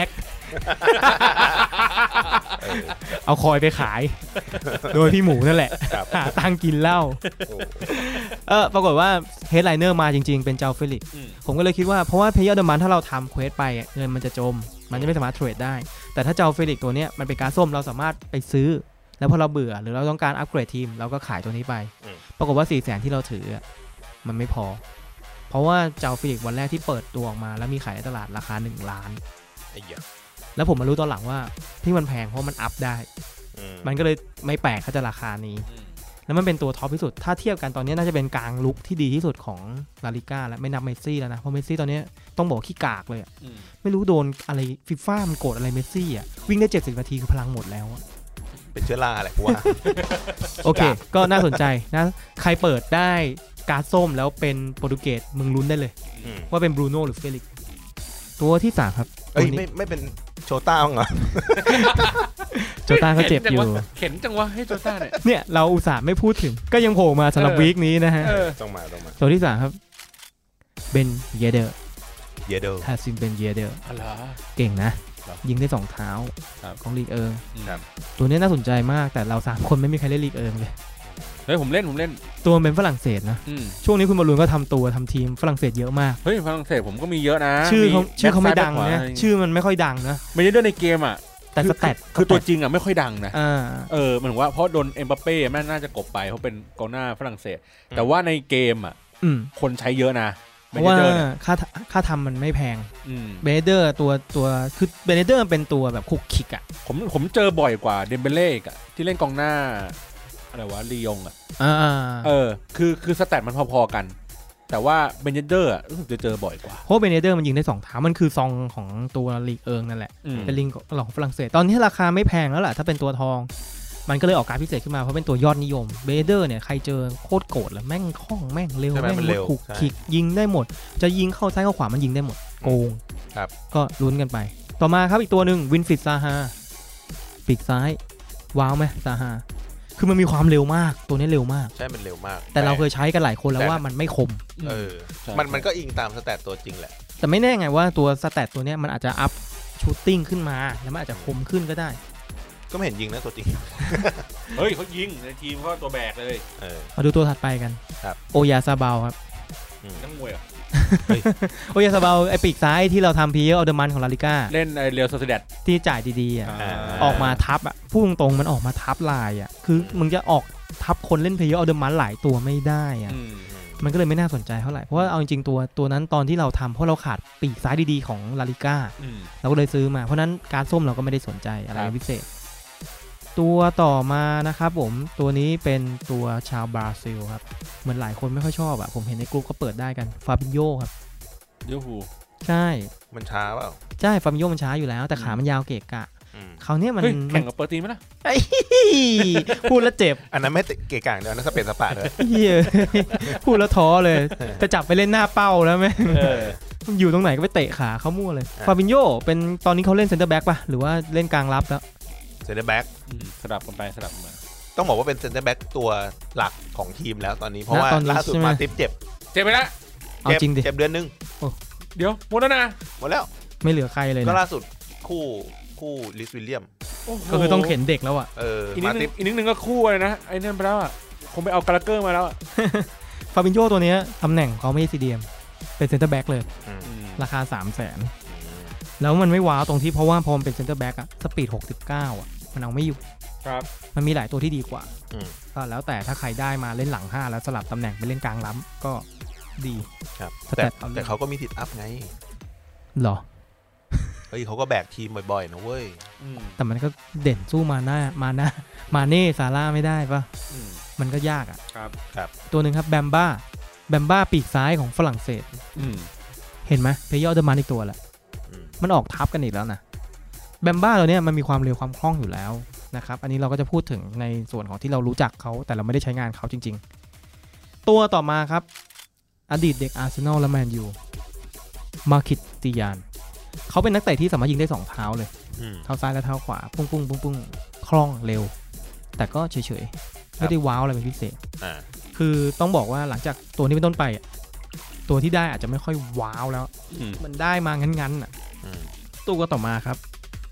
Speaker 3: เอาคอยไปขายโดยพี่หมูนั่นแหละหาตังกินเหล้าเออปรากฏว่าเฮดไลเนอร์มาจริงๆเป็นเจ้าเฟลิกผมก็เลยคิดว่าเพราะว่าเพย์ออฟเดอะมันถ้าเราทำเควสไปเงินมันจะจมมันจะไม่สามารถเทรดได้แต่ถ้าเจ้าเฟลิกตัวเนี้ยมันเป็นการส้มเราสามารถไปซื้อแล้วพอเราเบื่อหรือเราต้องการอัปเกรดทีมเราก็ขายตัวนี้ไปปรากฏว่า สี่แสน ที่เราถือมันไม่พอเพราะว่าเจ้าเฟลิกวันแรกที่เปิดตัวออกมาแล้วมีขายในตลาดราคาหนึ่งล้าน
Speaker 2: ไอ้เหี้ย
Speaker 3: แล้วผมมารู้ตอนหลังว่าที่มันแพงเพราะมันอัพได้มันก็เลยไม่แปลกเขาจะราคานี้แล้วมันเป็นตัวท็อปที่สุดถ้าเทียบกันตอนนี้น่าจะเป็นกลางลุกที่ดีที่สุดของลาลิก้าแล้วไม่นับเมสซี่แล้วนะเพราะเมสซี่ตอนนี้ต้องบอกขี้กากเลยไม่รู้โดนอะไรฟีฟ่ามันโกรธอะไรเมสซี่อ่ะวิ่งได้เจ็ดสิบนาทีคือพลังหมดแล้ว
Speaker 2: เป็นเชื้อราอะไรกูว่า
Speaker 3: โอเคก็น่าสนใจนะใครเปิดได้การ์ดส้มแล้วเป็นโปรตุเกสมึงลุ้นได้เลยว่าเป็นบรูโน่หรือเฟลิกซ์ตัวที่สามครับ
Speaker 2: เอ้ยไม่ไม่เป็นโชต้ามั้งเหรอ
Speaker 3: โจต้าเขาเจ็บอยู่
Speaker 1: เข็นจังวะให้โจต้าเนี่ย
Speaker 3: เนี่ยเราอุตส่าห์ไม่พูดถึงก็ยังโผล่มาสำหรับวีคนี้นะฮะ
Speaker 2: ต้องมาต้องมา
Speaker 3: ตัวที่สามครับเบนเยเดอร์
Speaker 2: เยเดอร์
Speaker 3: ฮาซิมเบนเยเดอร์
Speaker 1: อะไร
Speaker 3: เก่งนะยิงได้สองเท้าของลีกเอิงตัวนี้น่าสนใจมากแต่เราสามคนไม่มีใครเล่นลีกเอิงเลย
Speaker 1: เฮ้ยผมเล่นผมเล่น
Speaker 3: ตัวเป็นฝรั่งเศสนะช่วงนี้คุณบอลลูนก็ทำตัวทำทีมฝรั่งเศสเยอะมาก
Speaker 1: เฮ้ยฝรั่งเศสผมก็มีเยอะนะ
Speaker 3: ชื่อเขาชื่อเขาไม่ดังนะชื่อมันไม่ค่อยดังนะ
Speaker 1: ไม่ได้ด้วยในเกมอ่ะ
Speaker 3: แต่สแตท
Speaker 1: คือตัวจริงอ่ะไม่ค่อยดังนะเออมันว่าเพราะโดนเอ็มบัปเป้แม่น่าจะกบไปเขาเป็นกองหน้าฝรั่งเศสแต่ว่าในเกมอ่ะคนใช้เยอะนะ
Speaker 3: เพราะว่าค่าค่าทำมันไม่แพงเบเนเดอร์ตัวตัวคือเบเนเดอร์เป็นตัวแบบคุกคิกอ่ะ
Speaker 1: ผมผมเจอบ่อยกว่าเดมเบเล่อ่ะที่เล่นกองหน้าอะไรวะลียงอ่ะเออคือคือสแตทมันพอๆกันแต่ว่าเบเนเดอร์รู้สึกจะเจอบ่อยกว่า
Speaker 3: เพราะเบเนเดอร์มันยิงได้สองเท้ามันคือซองของตัวลีกเอิงนั่นแหละเป็นลิงของฝรั่งเศสตอนนี้ราคาไม่แพงแล้วแหละถ้าเป็นตัวทองมันก็เลยออกการพิเศษขึ้นมาเพราะเป็นตัวยอดนิยมเบเนเดอร์เนี่ยใครเจอโคตรโกรธเลยแม่งคล่องแม่งเร็วแม่งคุกคิกยิงได้หมดจะยิงเข้าซ้ายเข้าขวามันยิงได้หมดโกงก็ลุ้นกันไปต่อมาครับอีกตัวนึงวินฟิตซาฮาปีกซ้ายว้าวไหมซาฮาคือมันมีความเร็วมากตัวนี้เร็วมาก
Speaker 2: ใช่มันเร็วมาก
Speaker 3: แต่เราเคยใช้กันหลายคนแล้วว่ามันไม่คม
Speaker 2: เออมันมันก็อิงตามสแตทตัวจริงแหละ
Speaker 3: แต่ไม่แน่ไงว่าตัวสแตทตัวนี้มันอาจจะอัพชูตติ้งขึ้นมาแล้วมันอาจจะคมขึ้นก็ได้
Speaker 2: ก็ไม่เห็นยิงนะตัวจริง
Speaker 1: เฮ้ยเขายิงในทีมเขาตัวแบกเลย
Speaker 2: เออ
Speaker 3: มาดูตัวถัดไปกันโอยาซาบาลครับ
Speaker 1: นักมวยอ่ะ
Speaker 3: โอยาซาบาลไอปีกซ้ายที่เราทำพีเอออเดอร์มันของลาลิก้า
Speaker 1: เล่นไอเรียลโซซิเดด
Speaker 3: ที่จ่ายดีๆอ่ะออกมาทับอ่ะพูดตรงๆมันออกมาทับลายอ่ะคือมึงจะออกทับคนเล่นเพย์ออฟเดอะมันหลายตัวไม่ได้อ่ะมันก็เลยไม่น่าสนใจเท่าไหร่เพราะว่าเอาจริงๆตัวตัวนั้นตอนที่เราทำเพราะเราขาดปีกซ้ายดีๆของลาลิก้าเราก็เลยซื้อมาเพราะนั้นการส้มเราก็ไม่ได้สนใจอะไรพิเศษตัวต่อมานะครับผมตัวนี้เป็นตัวชาวบราซิลครับเหมือนหลายคนไม่ค่อยชอบอ่ะผมเห็นในกลุ่มก็เปิดได้กันฟาบินโญครับ
Speaker 1: โยฮู
Speaker 3: ใช่
Speaker 2: มันช้าเปล่า
Speaker 3: ใช่ฟาบินโญมันช้าอยู่แล้วแต่ขามันยาวเกะกะเขาเนี้ยมัน
Speaker 1: แข่งกับเปอร์ตีนไหมล่ะ
Speaker 3: พูดแล้วเจ็บ
Speaker 2: อันนั้นไม่เกะกะเดี๋ยวนั้นสเปนสปาเลย
Speaker 3: พูดแล้วท้อเลยจะจับไปเล่นหน้าเป้าแล้วไหมอยู่ตรงไหนก็ไปเตะขาเขามั่วเลยฟาบินโญเป็นตอนนี้เขาเล่นเซ็นเตอร์แบ็กป่ะหรือว่าเล่นกลางรับแล้ว
Speaker 2: เซ็นเตอร์แบ็ก
Speaker 1: สลับกันไปสลับมา
Speaker 2: ต้องบอกว่าเป็นเซ็นเตอร์แบ็กตัวหลักของทีมแล้วตอนนี้เพราะว่าล่าสุดมาติปเจ็บ
Speaker 1: เจ็บไปแล้ว
Speaker 3: เอาจริงดิ
Speaker 2: เจ็บเดือนนึง
Speaker 1: เดี๋ยวหมดแล้วนะ
Speaker 2: หมดแล้ว
Speaker 3: ไม่เหลือใครเลย
Speaker 2: ก็ล่าสุดคู่คู่ลิสวิลเลียม
Speaker 3: ก็คือต้องเข็นเด็กแล้วอ่ะ
Speaker 2: เออ
Speaker 1: อีกนิดนึงอีกนิดนึงก็คู่เลยนะไอ้นั่นไปแล้วอ่ะคงไปเอากาลาเกอร์มาแล้ว
Speaker 3: ฟาบินโญตัวนี้ตำแหน่งเขาไม่ใช่ซีเดียมเป็นเซ็นเตอร์แบ็กเลยราคา สามแสน แล้วมันไม่ว้าวตรงที่เพราะว่าพอมันเป็นเซ็นเตอร์แบ็กอะสปีดหกสิบเก้าอ่ะมันเอาไม่อยู่
Speaker 1: ครับ
Speaker 3: มันมีหลายตัวที่ดีกว่าก็แล้วแต่ถ้าใครได้มาเล่นหลังห้าแล้วสลับตำแหน่งไปเล่นกลางล้ำก็ดี
Speaker 2: ครับแต่แต่เขาก็มีติดอัพไง
Speaker 3: หรอ
Speaker 2: เฮ้ยเขาก็แบกทีมบ่อยๆนะเว้ย
Speaker 3: แต่มันก็เด่นสู้มาหน้ามาหน้ามาเน่ซาร่าไม่ได้ป่ะมันก็ยากอ่ะ
Speaker 1: ครับ
Speaker 2: ครับ
Speaker 3: ตัวหนึ่งครับแบมบ้าแบมบ้าปีกซ้ายของฝรั่งเศสเห็นไหมเพย์ออฟเดอะมันอีกตัวแหละมันออกทับกันอีกแล้วนะแบมบ้าตัวเนี้ยมันมีความเร็วความคล่องอยู่แล้วนะครับอันนี้เราก็จะพูดถึงในส่วนของที่เรารู้จักเขาแต่เราไม่ได้ใช้งานเขาจริงๆตัวต่อมาครับอดีตเด็กอาร์เซนอลและแมนยูมาคิตติยานเขาเป็นนักเตะที่สามารถยิงได้สองเท้าเลยเท้าซ้ายและเท้าขวาปุ้งปุ้งปุ้งปุ้งคล่องเร็วแต่ก็เฉยๆไม่ได้ว้าวอะไรเป็นพิเศษคือต้องบอกว่าหลังจากตัวนี้เป็นต้นไปตัวที่ได้อาจจะไม่ค่อยว้าวแล้วมันได้มางั้นๆอ่ะตัวต่อมาครับ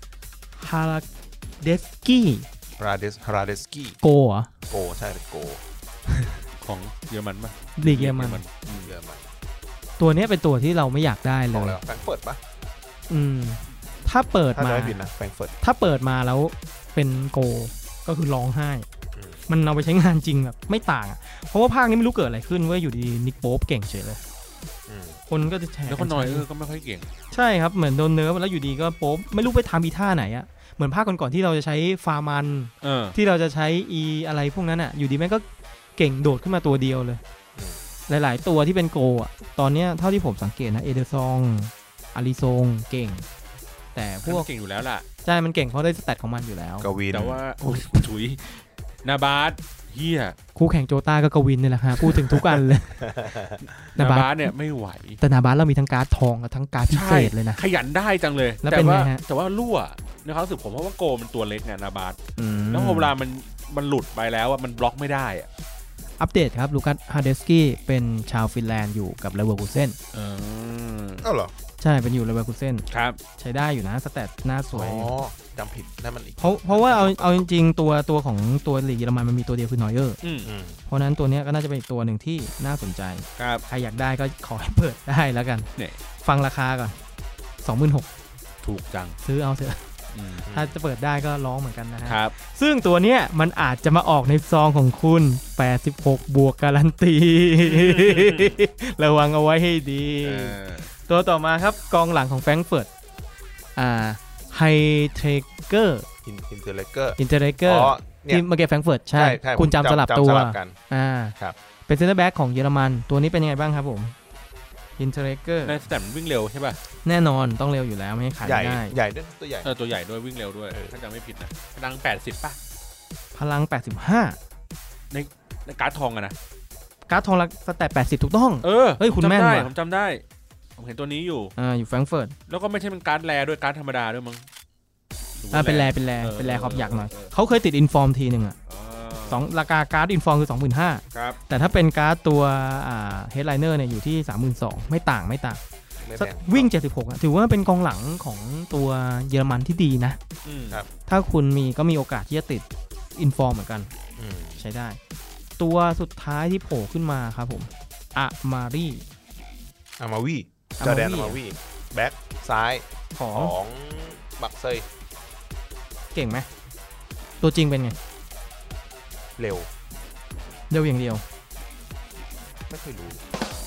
Speaker 3: ฮาราเดสกี้
Speaker 2: ฮาราเดสฮาราเดสกี้
Speaker 3: โกเหรอ
Speaker 2: โกใช่โก
Speaker 1: ของเยอรมันป่ะ
Speaker 3: ลีกเยอรมัน
Speaker 2: เยอรมัน
Speaker 3: ตัวนี้เป็นตัวที่เราไม่อยากได้เลย
Speaker 2: แฟรงก์เฟิร์ตป่ะ
Speaker 3: อืมถ้าเปิดมา
Speaker 2: ถ้าไม่ผิดนะแฟรงก์เฟิร์ต
Speaker 3: ถ้าเปิดมาแล้วเป็นโกก็คือร้องไห้มันเอาไปใช้งานจริงแบบไม่ต่างอ่ะเพราะว่าภาคนี้ไม่รู้เกิดอะไรขึ้นว่าอยู่ดีนิกโป๊ปเก่งเฉยเลยคนก็จะแชร์
Speaker 1: แล้วคนน้อยเออก็ไม่ค่อยเก่ง
Speaker 3: ใช่ครับเหมือนโดนเนิร์ฟแล้วอยู่ดีก็โป๊ปไม่รู้ไปทำอีท่าไหนอ่ะเหมือนภาคก่อนๆที่เราจะใช้ฟาร์มันที่เราจะใช้อีอะไรพวกนั้นอ่ะอยู่ดีแม่งก็เก่งโดดขึ้นมาตัวเดียวเลยหลายๆตัวที่เป็นโกอ่ะตอนเนี้ยเท่าที่ผมสังเกตนะเอเดอร์ซองอาริซงเก่งแต่พวก
Speaker 1: เก่งอยู่แล้วล่ะ
Speaker 3: ใช่มันเก่งเพราะได้สแตทของมันอยู่แล้ว
Speaker 2: กวิน
Speaker 1: แต่ว่าโอ้ยถุยนาบาสเฮีย
Speaker 3: คู่แข่งโจต้าก็กวินนี่แหละฮะพูดถึงทุกอันเลย
Speaker 1: นาบาสเนี่ยไม่ไหว
Speaker 3: แต่นาบาสเรามีทั้งการ์ดทองกับทั้งการ์ดพิเศษเลยนะ
Speaker 1: ขยันได้จังเลยแต่ว่าแต่ว่ารั่วในความรู้สึกผมเพราะว่าโกมันตัวเล็กเนี่ยนาบาสแล้วพอเวลามันมันหลุดไปแล้วอะมันบล็อกไม่ได้อะ
Speaker 3: อัปเดตครับลูคัสฮาเดสกี้เป็นชาวฟินแลนด์อยู่กับเลเวอร์คูเซ่น
Speaker 2: เออเอ้าเหรอ
Speaker 3: ใช่เป็นอยู่เลเวอร์คูเซ่น
Speaker 1: ครับ
Speaker 3: ใช้ได้อยู่นะสแตทหน้าสวย
Speaker 2: อ๋อจำผิดนั่นมันอีก
Speaker 3: เพราะเพราะว่าเอาเอาจริงๆตัวตัวของตัวลีกเยอรมันมันมีตัวเดียวคือนอยเออร์เพราะนั้นตัวนี้ก็น่าจะเป็นอีกตัวหนึ่งที่น่าสนใจ
Speaker 1: ครับ
Speaker 3: ใครอยากได้ก็ขอให้เปิดได้แล้วกัน
Speaker 1: เนี่ย
Speaker 3: ฟังราคาก่อน สองหมื่นหกพัน
Speaker 1: ถูกจัง
Speaker 3: ซื้อเอาเถอะถ้าจะเปิดได้ก็ร้องเหมือนกันนะฮะ
Speaker 1: ครับ
Speaker 3: ซึ่งตัวเนี้ยมันอาจจะมาออกในซองของคุณแปดสิบหกบวกการันตีระวังเอาไว้ให้ดีตัวต่อมาครับกองหลังของแฟรงก์เฟิร์ตอ่าไฮเทเกอร์
Speaker 2: อินเตอร์เลเกอร์
Speaker 3: อินเตอร์เลเกอร์ที่เมื่อกี้แฟรงก์เฟิร์ตใช่คุณจำสลับตัวอ่า
Speaker 2: ครับ
Speaker 3: เป็นเซนเตอร์แบ็กของเยอรมันตัวนี้เป็นยังไงบ้างครับผมอินเตอร์เลเกอร์
Speaker 1: ในสแตมวิ่งเร็วใช่ป่ะ
Speaker 3: แน่นอนต้องเร็วอยู่แล้วไม่ให้ขายง่าย
Speaker 2: ใหญ่ด้วยตัวใหญ่
Speaker 1: เออตัวใหญ่ด้วยวิ่งเร็วด้วยถ้าจำไม่ผิดนะพลังแปดสิบป่ะ
Speaker 3: พลังแปดสิบห้า
Speaker 1: ในในการ์ดทองอะนะ
Speaker 3: การ์ดทองสแตทแปดสิบถูกต้อง
Speaker 1: เออ
Speaker 3: เฮ้ยคุณแม่นว่ะ
Speaker 1: ผมจำได้ผมเห็นตัวนี้อยู่
Speaker 3: อ่าอยู่แฟรงก์เฟิร์ต
Speaker 1: แล้วก็ไม่ใช่เป็นการ์ดแรด้วยการ์ดธรรมดาด้วยมั้ง
Speaker 3: อ่าเป็นแรเป็นแรเป็นแรขอบอยากหน่อยเขาเคยติดอินฟอร์มทีนึงอ่ะสองราคาการ์ดอินฟอร์มคือ สองหมื่นห้าพัน
Speaker 1: ครับ
Speaker 3: แต่ถ้าเป็นการ์ดตัวอ่าเฮดไลเนอร์เนี่ยอยู่ที่ สามหมื่นสองพัน ไม่ต่างไม่ต่างวิ่งเจ็ดสิบหกอ่ะถือว่าเป็นกองหลังของตัวเยอรมันที่ดีนะถ้าคุณมีก็มีโอกาสที่จะติดอินฟอร์มเหมือนกันใช้ได้ตัวสุดท้ายที่โผล่ขึ้นมาครับผมอามารี
Speaker 2: อามาวีจอแดนอามาวีแบ็คซ้าย
Speaker 3: ของ
Speaker 2: บักเซย
Speaker 3: เก่งไหมตัวจริงเป็นไง
Speaker 2: เร็ว
Speaker 3: เร็วอย่างเดียว
Speaker 2: ไม่เคยรู้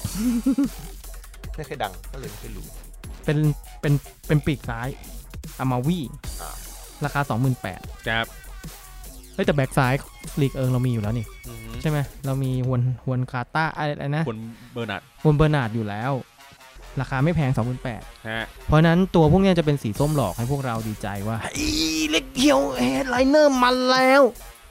Speaker 2: ไม่เคยดังก็เลยไม่เคยรู้
Speaker 3: เป็นเป็นเป็นปีกซ้ายอามาวีราคา สองหมื่นแปดพัน
Speaker 1: ครับ
Speaker 3: เฮ้ยแต่แบ็คซ้ายลีกเอิงเรามีอยู่แล้วนี่ใช่ไหมเรามีฮวนฮวนคาต้าอะไรนะ
Speaker 1: ฮวนเบอร์นาร์ด
Speaker 3: ฮวนเบอร์นาร์ดอยู่แล้วราคาไม่แพง สองหมื่นแปดพัน
Speaker 1: ฮะ
Speaker 3: เพราะนั้นตัวพวกนี้จะเป็นสีส้มหลอกให้พวกเราดีใจว่าอีเล็กเดียวเฮดไลเนอร์มันแล้ว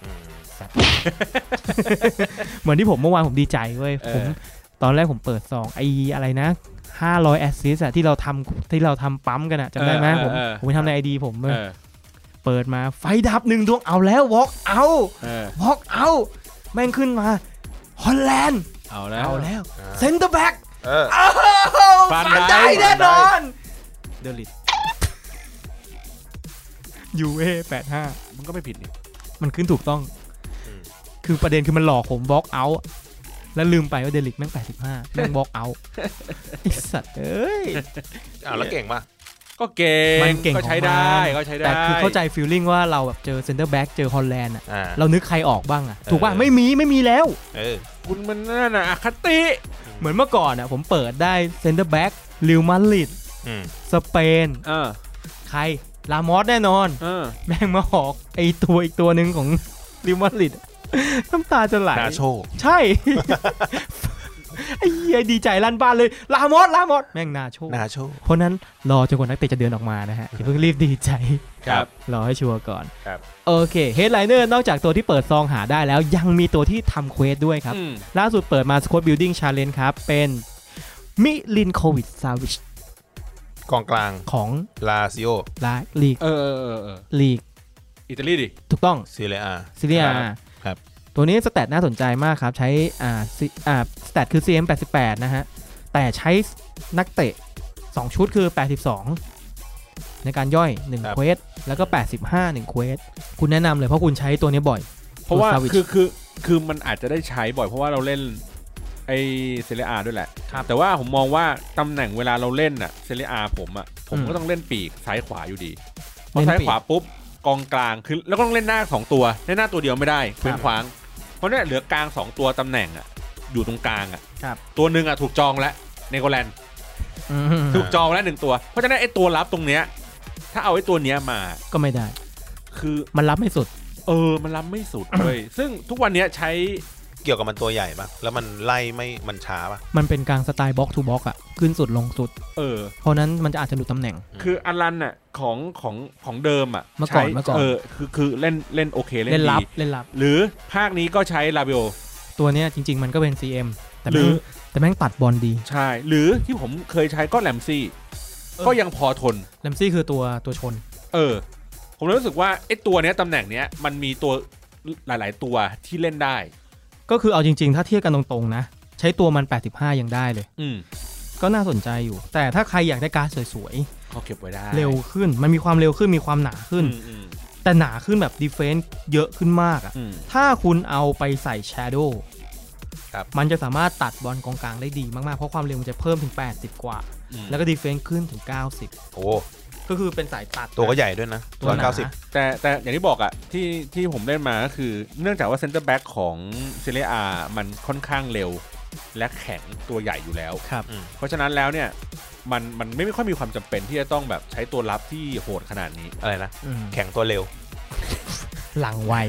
Speaker 3: เหมือนที่ผมเมื่อวานผมดีใจเว้ยผมตอนแรกผมเปิดซองไออะไรนะห้าร้อยแอสซิสต์ที่เราทำที่เราทำปั๊มกันอะจำได้ไหมผมผมไปทำในไอดีผมเปิดมาไฟดับหนึ่งดวงเอาแล้ววอล์กเอาวอล์กเอาแม่งขึ้นมาฮอลแลนด์
Speaker 1: เอาแล้ว
Speaker 3: เอาแล้วเซนเตอร์แบ็ก
Speaker 1: ฟัน
Speaker 3: ได้แน่นอนเดลิทยูเอแปดห้า
Speaker 1: มันก็ไม่ผิดนี่
Speaker 3: มันขึ้นถูกต้องคือประเด็นคือมันหลอกผมบล็อกเอาท์แล้วลืมไปว่าเดลิทแม่งแปดสิบห้าแม่งบล็อกเอาท์ไอ้สัตว์เอ้ย
Speaker 2: อ้าวแล้วเก่งป่ะ
Speaker 1: ก็เก่งมันเก่งก็ใช้ได้ก็ใช้ได้
Speaker 3: แต่คือเข้าใจฟีลลิ่งว่าเราแบบเจอเซนเตอร์แบ็กเจอฮอลแลนด์อ่ะเรานึกใครออกบ้างอ่ะถูกป่ะไม่มีไม่มีแล้ว
Speaker 2: เออ
Speaker 1: คุณมันนั่นน่ะอคติ
Speaker 3: เหมือนเมื่อก่อนอ่ะผมเปิดได้เซนเตอร์แบ็กลิวมาริดสเปนใครลามอสแน่นอนแม่งมาหอกไอตัวอีกตัวหนึ่งของลิวมาริดน้ำตาจะไหล
Speaker 2: นาโช
Speaker 3: ใช่ไอ้เหี้ยดีใจลั่นบ้านเลยลามอสลามอสแม่งนาโช
Speaker 2: นาโช
Speaker 3: เพราะนั้นรอจนกว่านักเตะจะเดินออกมานะฮะอย่าเพิ่งรีบดีใจ
Speaker 1: ครับ
Speaker 3: รอให้ชัวร์ก่อน
Speaker 2: ครับ
Speaker 3: โอเคเฮดไลเนอร์นอกจากตัวที่เปิดซองหาได้แล้วยังมีตัวที่ทำเควสด้วยครับล่าสุดเปิดมา Squad Building Challenge ครับเป็นมิลินโควิชซาวิช
Speaker 2: กองกลาง
Speaker 3: ของ
Speaker 2: ลาซิโอ
Speaker 3: ลาลีก
Speaker 1: เออเออ
Speaker 3: ลีก
Speaker 1: อิตาลีดิ
Speaker 3: ถูกต้อง
Speaker 2: ซีเรียอา
Speaker 3: ซีเรียอา
Speaker 2: ครับ
Speaker 3: ตัวนี้สแตทน่าสนใจมากครับใช้อ่าอ่าสแตทคือ ซี เอ็ม แปดสิบแปดนะฮะแต่ใช้นักเตะสองชุดคือแปดสิบสองในการย่อยหนึ่งเควสแล้วก็แปดสิบห้า หนึ่งเควสคุณแนะนำเลยเพราะคุณใช้ตัวนี้บ่อย
Speaker 1: เพราะว่าคือคือคือมันอาจจะได้ใช้บ่อยเพราะว่าเราเล่นไอเซเรียอาด้วยแหละแต่ว่าผมมองว่าตำแหน่งเวลาเราเล่นอะเซเรียอาผมอะผมก็ต้องเล่นปีกซ้ายขวาอยู่ดีพอซ้ายขวาปุ๊บกองกลางคือแล้วก็ต้องเล่นหน้าสองตัวเล่นหน้าตัวเดียวไม่ได้เพื่อนขวางเพราะเนี่ยเหลือกลางสองตัวตำแหน่งอะอยู่ตรงกลางอะตัวหนึ่งอะถูกจองแล้วเนโกแลนถูกจองแล้วหนึ่งตัวเพราะฉะนั้นไอตัวรับตรงเนี้ยถ้าเอาไอตัวเนี้ยมา
Speaker 3: ก็ไม่ได้
Speaker 1: คือ
Speaker 3: มันรับไม่สุด
Speaker 1: เออมันรับไม่สุดเลยซึ่งทุกวันนี้ใช้
Speaker 2: เกี่ยวกับมันตัวใหญ่ปะแล้วมันไล่ไม่มันช้าปะ
Speaker 3: มันเป็นกลางสไตล์บล็อกทูบล็อกอะขึ้นสุดลงสุด
Speaker 1: เออ
Speaker 3: เพราะนั้นมันจะอาจจะหลุดตำแหน่ง
Speaker 1: คืออารันน่ะของของของเดิมอ่ะ
Speaker 3: เมื่อก่อนเมื่อก่อน
Speaker 1: เออคือคือเล่นเล่นโอเค
Speaker 3: เล่นดีเล่นลับ
Speaker 1: หรือภาคนี้ก็ใช้ลาเบล
Speaker 3: ตัวเนี้ยจริงๆมันก็เป็น ซี เอ็ม แต่แม่งแต่แม่งตัดบอลดี
Speaker 1: ใช่หรือที่ผมเคยใช้ก็แลมซี่ก็ยังพอทน
Speaker 3: แลมซี่คือตัวตัวชน
Speaker 1: เออผมรู้สึกว่าไอ้ตัวเนี้ยตำแหน่งเนี้ยมันมีตัวหลายๆตัวที่เล่นได้
Speaker 3: ก็คือเอาจริงๆถ้าเทียบกันตรงๆนะใช้ตัวมันแปดสิบห้ายังได้เลย
Speaker 1: อืม
Speaker 3: ก็น่าสนใจอยู่แต่ถ้าใครอยากได้การ์ดสวย
Speaker 1: ๆเขาเก็บไว้ได้
Speaker 3: เร็วขึ้นมันมีความเร็วขึ้นมีความหนาขึ้นแต่หนาขึ้นแบบดีเฟนส์เยอะขึ้นมากอ่ะถ้าคุณเอาไปใส่แชโดว์มันจะสามารถตัดบอลกองกลางได้ดีมากๆเพราะความเร็วมันจะเพิ่มถึงแปดสิบกว่าแล้วก็ดีเฟนส์ขึ้นถึงเก้าสิบ
Speaker 2: โอ้
Speaker 3: ก็คือเป็นสายตัด
Speaker 2: ตัวก็ใหญ่ด้วยนะตัวเก้าสิบ
Speaker 1: แต่แต่อย่างที่บอกอ่ะที่ที่ผมเล่นมาก็คือเนื่องจากว่าเซนเตอร์แบ็กของเซเรียอามันค่อนข้างเร็วและแข็งตัวใหญ่อยู่แล้ว
Speaker 3: ครับ
Speaker 1: เพราะฉะนั้นแล้วเนี่ยมันมันไม่ค่อยมีความจำเป็นที่จะต้องแบบใช้ตัวรับที่โหดขนาดนี้
Speaker 2: อะไรนะแข็งตัวเร็ว
Speaker 3: หลังไว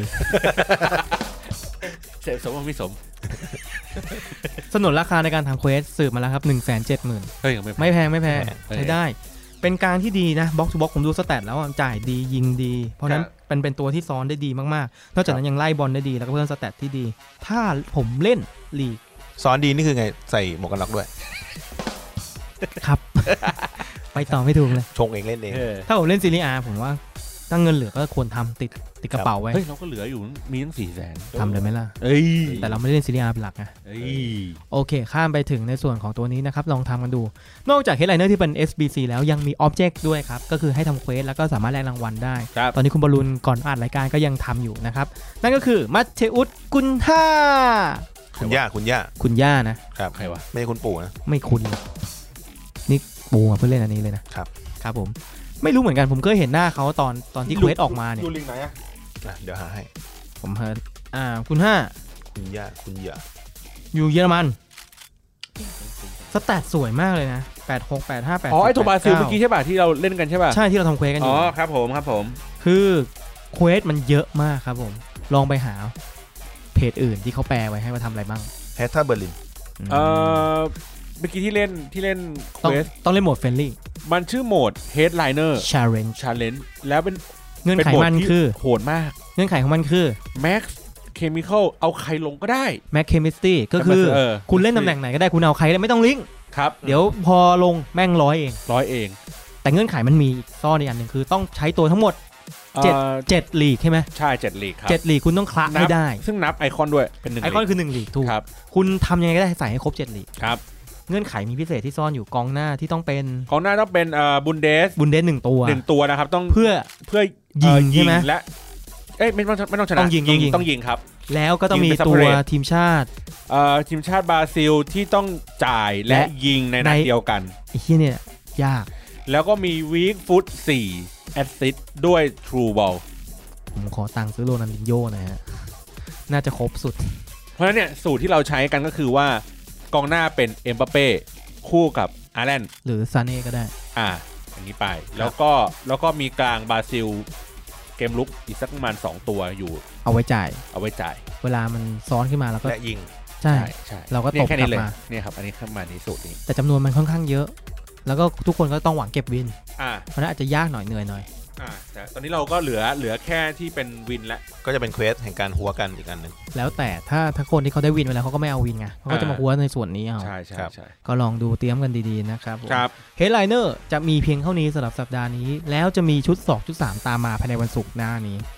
Speaker 1: เสพสมไม่สม
Speaker 3: สนนราคาในการทำเควสสืบมาแล้วครับ หนึ่งแสนเจ็ดหมื่น
Speaker 1: เฮ้ย
Speaker 3: ไม่แพงไม่แพงใช้ได้เป็นการที่ดีนะบล็อกทูบล็อกผมดูสแตทแล้วจ่ายดียิงดีเพราะนั้นเป็นเป็นตัวที่ซ้อนได้ดีมากๆนอกจากนั้นยังไล่บอลได้ดีแล้วก็เพิ่มสแตทที่ดีถ้าผมเล่นลีก
Speaker 2: ซ้อนดีนี่คือไงใส่หมวกกันน็อกด้วย
Speaker 3: ครับไปต่อไม่ถูกเลย
Speaker 2: ชงเองเล่นเอง
Speaker 3: ถ้าผมเล่นซีรีส์ อาร์ ผมว่าถ้าเงินเหลือก็ควรทำติดติดกระเป๋าไว้
Speaker 1: เฮ้ยเราก็เหลืออยู่มีตั้งสี่แสน
Speaker 3: ทำเลยไหมล่ะ
Speaker 1: เอ้ย
Speaker 3: แต่เราไม่ได้เล่นซีรีส์ อาร์ เป็นหลักไงโอเคข้ามไปถึงในส่วนของตัวนี้นะครับลองทำกันดูนอกจากเฮดไลเนอร์ที่เป็น เอส บี ซี แล้วยังมีอ็อบเจกต์ด้วยครับก็คือให้ทำเควสแล้วก็สามารถแลกรางวัลได้ตอนนี้คุณบอลลูนก่อนอ่านรายการก็ยังทำอยู่นะครับนั่นก็คือมัตเทอุสกุนท่า
Speaker 2: คุณย่าคุณย่า
Speaker 3: คุณย่านะครับ
Speaker 2: ใครวะไม่ใช่คุณปู่นะ
Speaker 3: ไม่คุณนี่ปู่เพื่อเล่นอันนี้เลยนะครับครับผมไม่รู้เหมือนกันผมเคยเห็นหน้าเขาตอนตอนที่เควสออกมาเนี่ย
Speaker 1: อยู่ลิงไหนอ่ะ
Speaker 2: เดี๋ยวหาให้
Speaker 3: ผมเห็นอ่าคุณห้า
Speaker 2: คุณย่าคุณย่า
Speaker 3: อยู่เยอรมันสแตทสวยมากเลยนะแปดหก แปดห้า แปด
Speaker 1: อ๋อไอโทบาซิลเมื่อกี้ใช่ป่ะที่เราเล่นกันใช่ป่ะ
Speaker 3: ใช่ที่เราทำเควสกันอยู่
Speaker 1: อ๋อครับผมครับผม
Speaker 3: คือเควสมันเยอะมากครับผมลองไปหาเพจอื่นที่เขาแปลไว้ให้มาทำอะไรบ้าง
Speaker 2: แฮตท่าเบอร์ลิน
Speaker 1: เออเมื่อกี้ที่เล่นที่เล่นเควส
Speaker 3: ต้องเล่นโหมดเฟรนลี่
Speaker 1: มันชื่อโหมด Headliner
Speaker 3: Challenge
Speaker 1: Challenge แล้วเป็น
Speaker 3: เงื่อนไขมันคือ
Speaker 1: โหดมาก
Speaker 3: เงื่อนไขของมันคือ
Speaker 1: Max Chemical เอาใครลงก็ได้
Speaker 3: Max Chemistry ก็คือคุณเล่นตำแหน่งไหนก็ได้คุณเอาใครได้ไม่ต้องลิงก์
Speaker 1: ครับ
Speaker 3: เดี๋ยวพอลงแม่งร้อยเอง
Speaker 1: ร้อยเอง
Speaker 3: แต่เงื่อนไขมันมีซ่อนอีกอันหนึ่งคือต้องใช้ตัวทั้งหมดเจ็ด เจ็ดลีกใช่ไหม
Speaker 1: ใช่เจ็ดลีกครับ
Speaker 3: เจ็ดลีกคุณต้องคละให้ได้
Speaker 1: ซึ่งนับไอคอนด้วยเป็นหนึ่ง
Speaker 3: ไอคอนคือหนึ่งลีกถูกคุณทำยังไงก็ได้ใส่ให้ครบเจ็ดลีก
Speaker 1: ครับ
Speaker 3: เงื่อนไขมีพิเศษที่ซ่อนอยู่กองหน้าที่ต้องเป็น
Speaker 1: กองหน้าต้องเป็นเอ่อบุนเดส
Speaker 3: บุนเดสหนึ่งตัว
Speaker 1: หนึ่งตัวนะครับต้อง
Speaker 3: เพื่อ
Speaker 1: เพื่อ
Speaker 3: ยิงใช่ไหม
Speaker 1: และเอ้ยไม่ต้องไม่ต้องชนะ
Speaker 3: ต้องยิง
Speaker 1: ต้องยิงครับ
Speaker 3: แล้วก็ต้องมีตัวทีมชาติ
Speaker 1: เอ่อทีมชาติบราซิลที่ต้องจ่ายและยิงในนัดเดียวกัน
Speaker 3: ไอ้เหี้ยเนี่ยยาก
Speaker 1: แล้วก็มีวีคฟุตสี่แอสซิสต์ด้วยทรูบอล
Speaker 3: ผมขอตังค์ซื้อโรนัลดินโญ่นะฮะน่าจะครบสุด
Speaker 1: เพราะฉะนั้นเนี่ยสูตรที่เราใช้กันก็คือว่ากองหน้าเป็นเอ็มบัปเป้คู่กับอาร์แลน
Speaker 3: หรือซาเน่ก็ได้
Speaker 1: อ่าอย่างนี้ไปแล้วก็แล้วก็มีกลางบราซิลเกมลุกอีกสักประมาณสองตัวอยู่
Speaker 3: เอาไว้จ่าย
Speaker 1: เอาไว้จ่าย
Speaker 3: เวลามันซ้อนขึ้นมาแล้วก็
Speaker 2: ยิง
Speaker 3: ใช่ใช่เราก็ตบกลับมา
Speaker 1: เนี่ยครับอันนี้ขึ้นมาในสูตรนี้
Speaker 3: แต่จำนวนมันค่อนข้างเยอะแล้วก็ทุกคนก็ต้องหวังเก็บวินอ่าเพราะนั้นอาจจะยากหน่อยเหนื่อยหน่อย
Speaker 1: อ่าแต่ตอนนี้เราก็เหลือเหลือแค่ที่เป็นวินแล้ว
Speaker 2: ก็จะเป็นเควสแห่งการหัวกันอีกอันนึง
Speaker 3: แล้วแต่ถ้าถ้าคนที่เขาได้วินไปแล้วเขาก็ไม่เอาวินไงเขาก็จะมาหัวในส่วนนี้เอา
Speaker 1: ใช่ใช่ใช่
Speaker 3: ก็ลองดูเตรียมกันดีๆนะครับ
Speaker 1: ครับ
Speaker 3: เฮดไลเนอร์จะมีเพียงเท่านี้สำหรับสัปดาห์นี้แล้วจะมีชุดสองชุดสามตามมาภายในวันศุกร์หน้านี้
Speaker 1: โอ้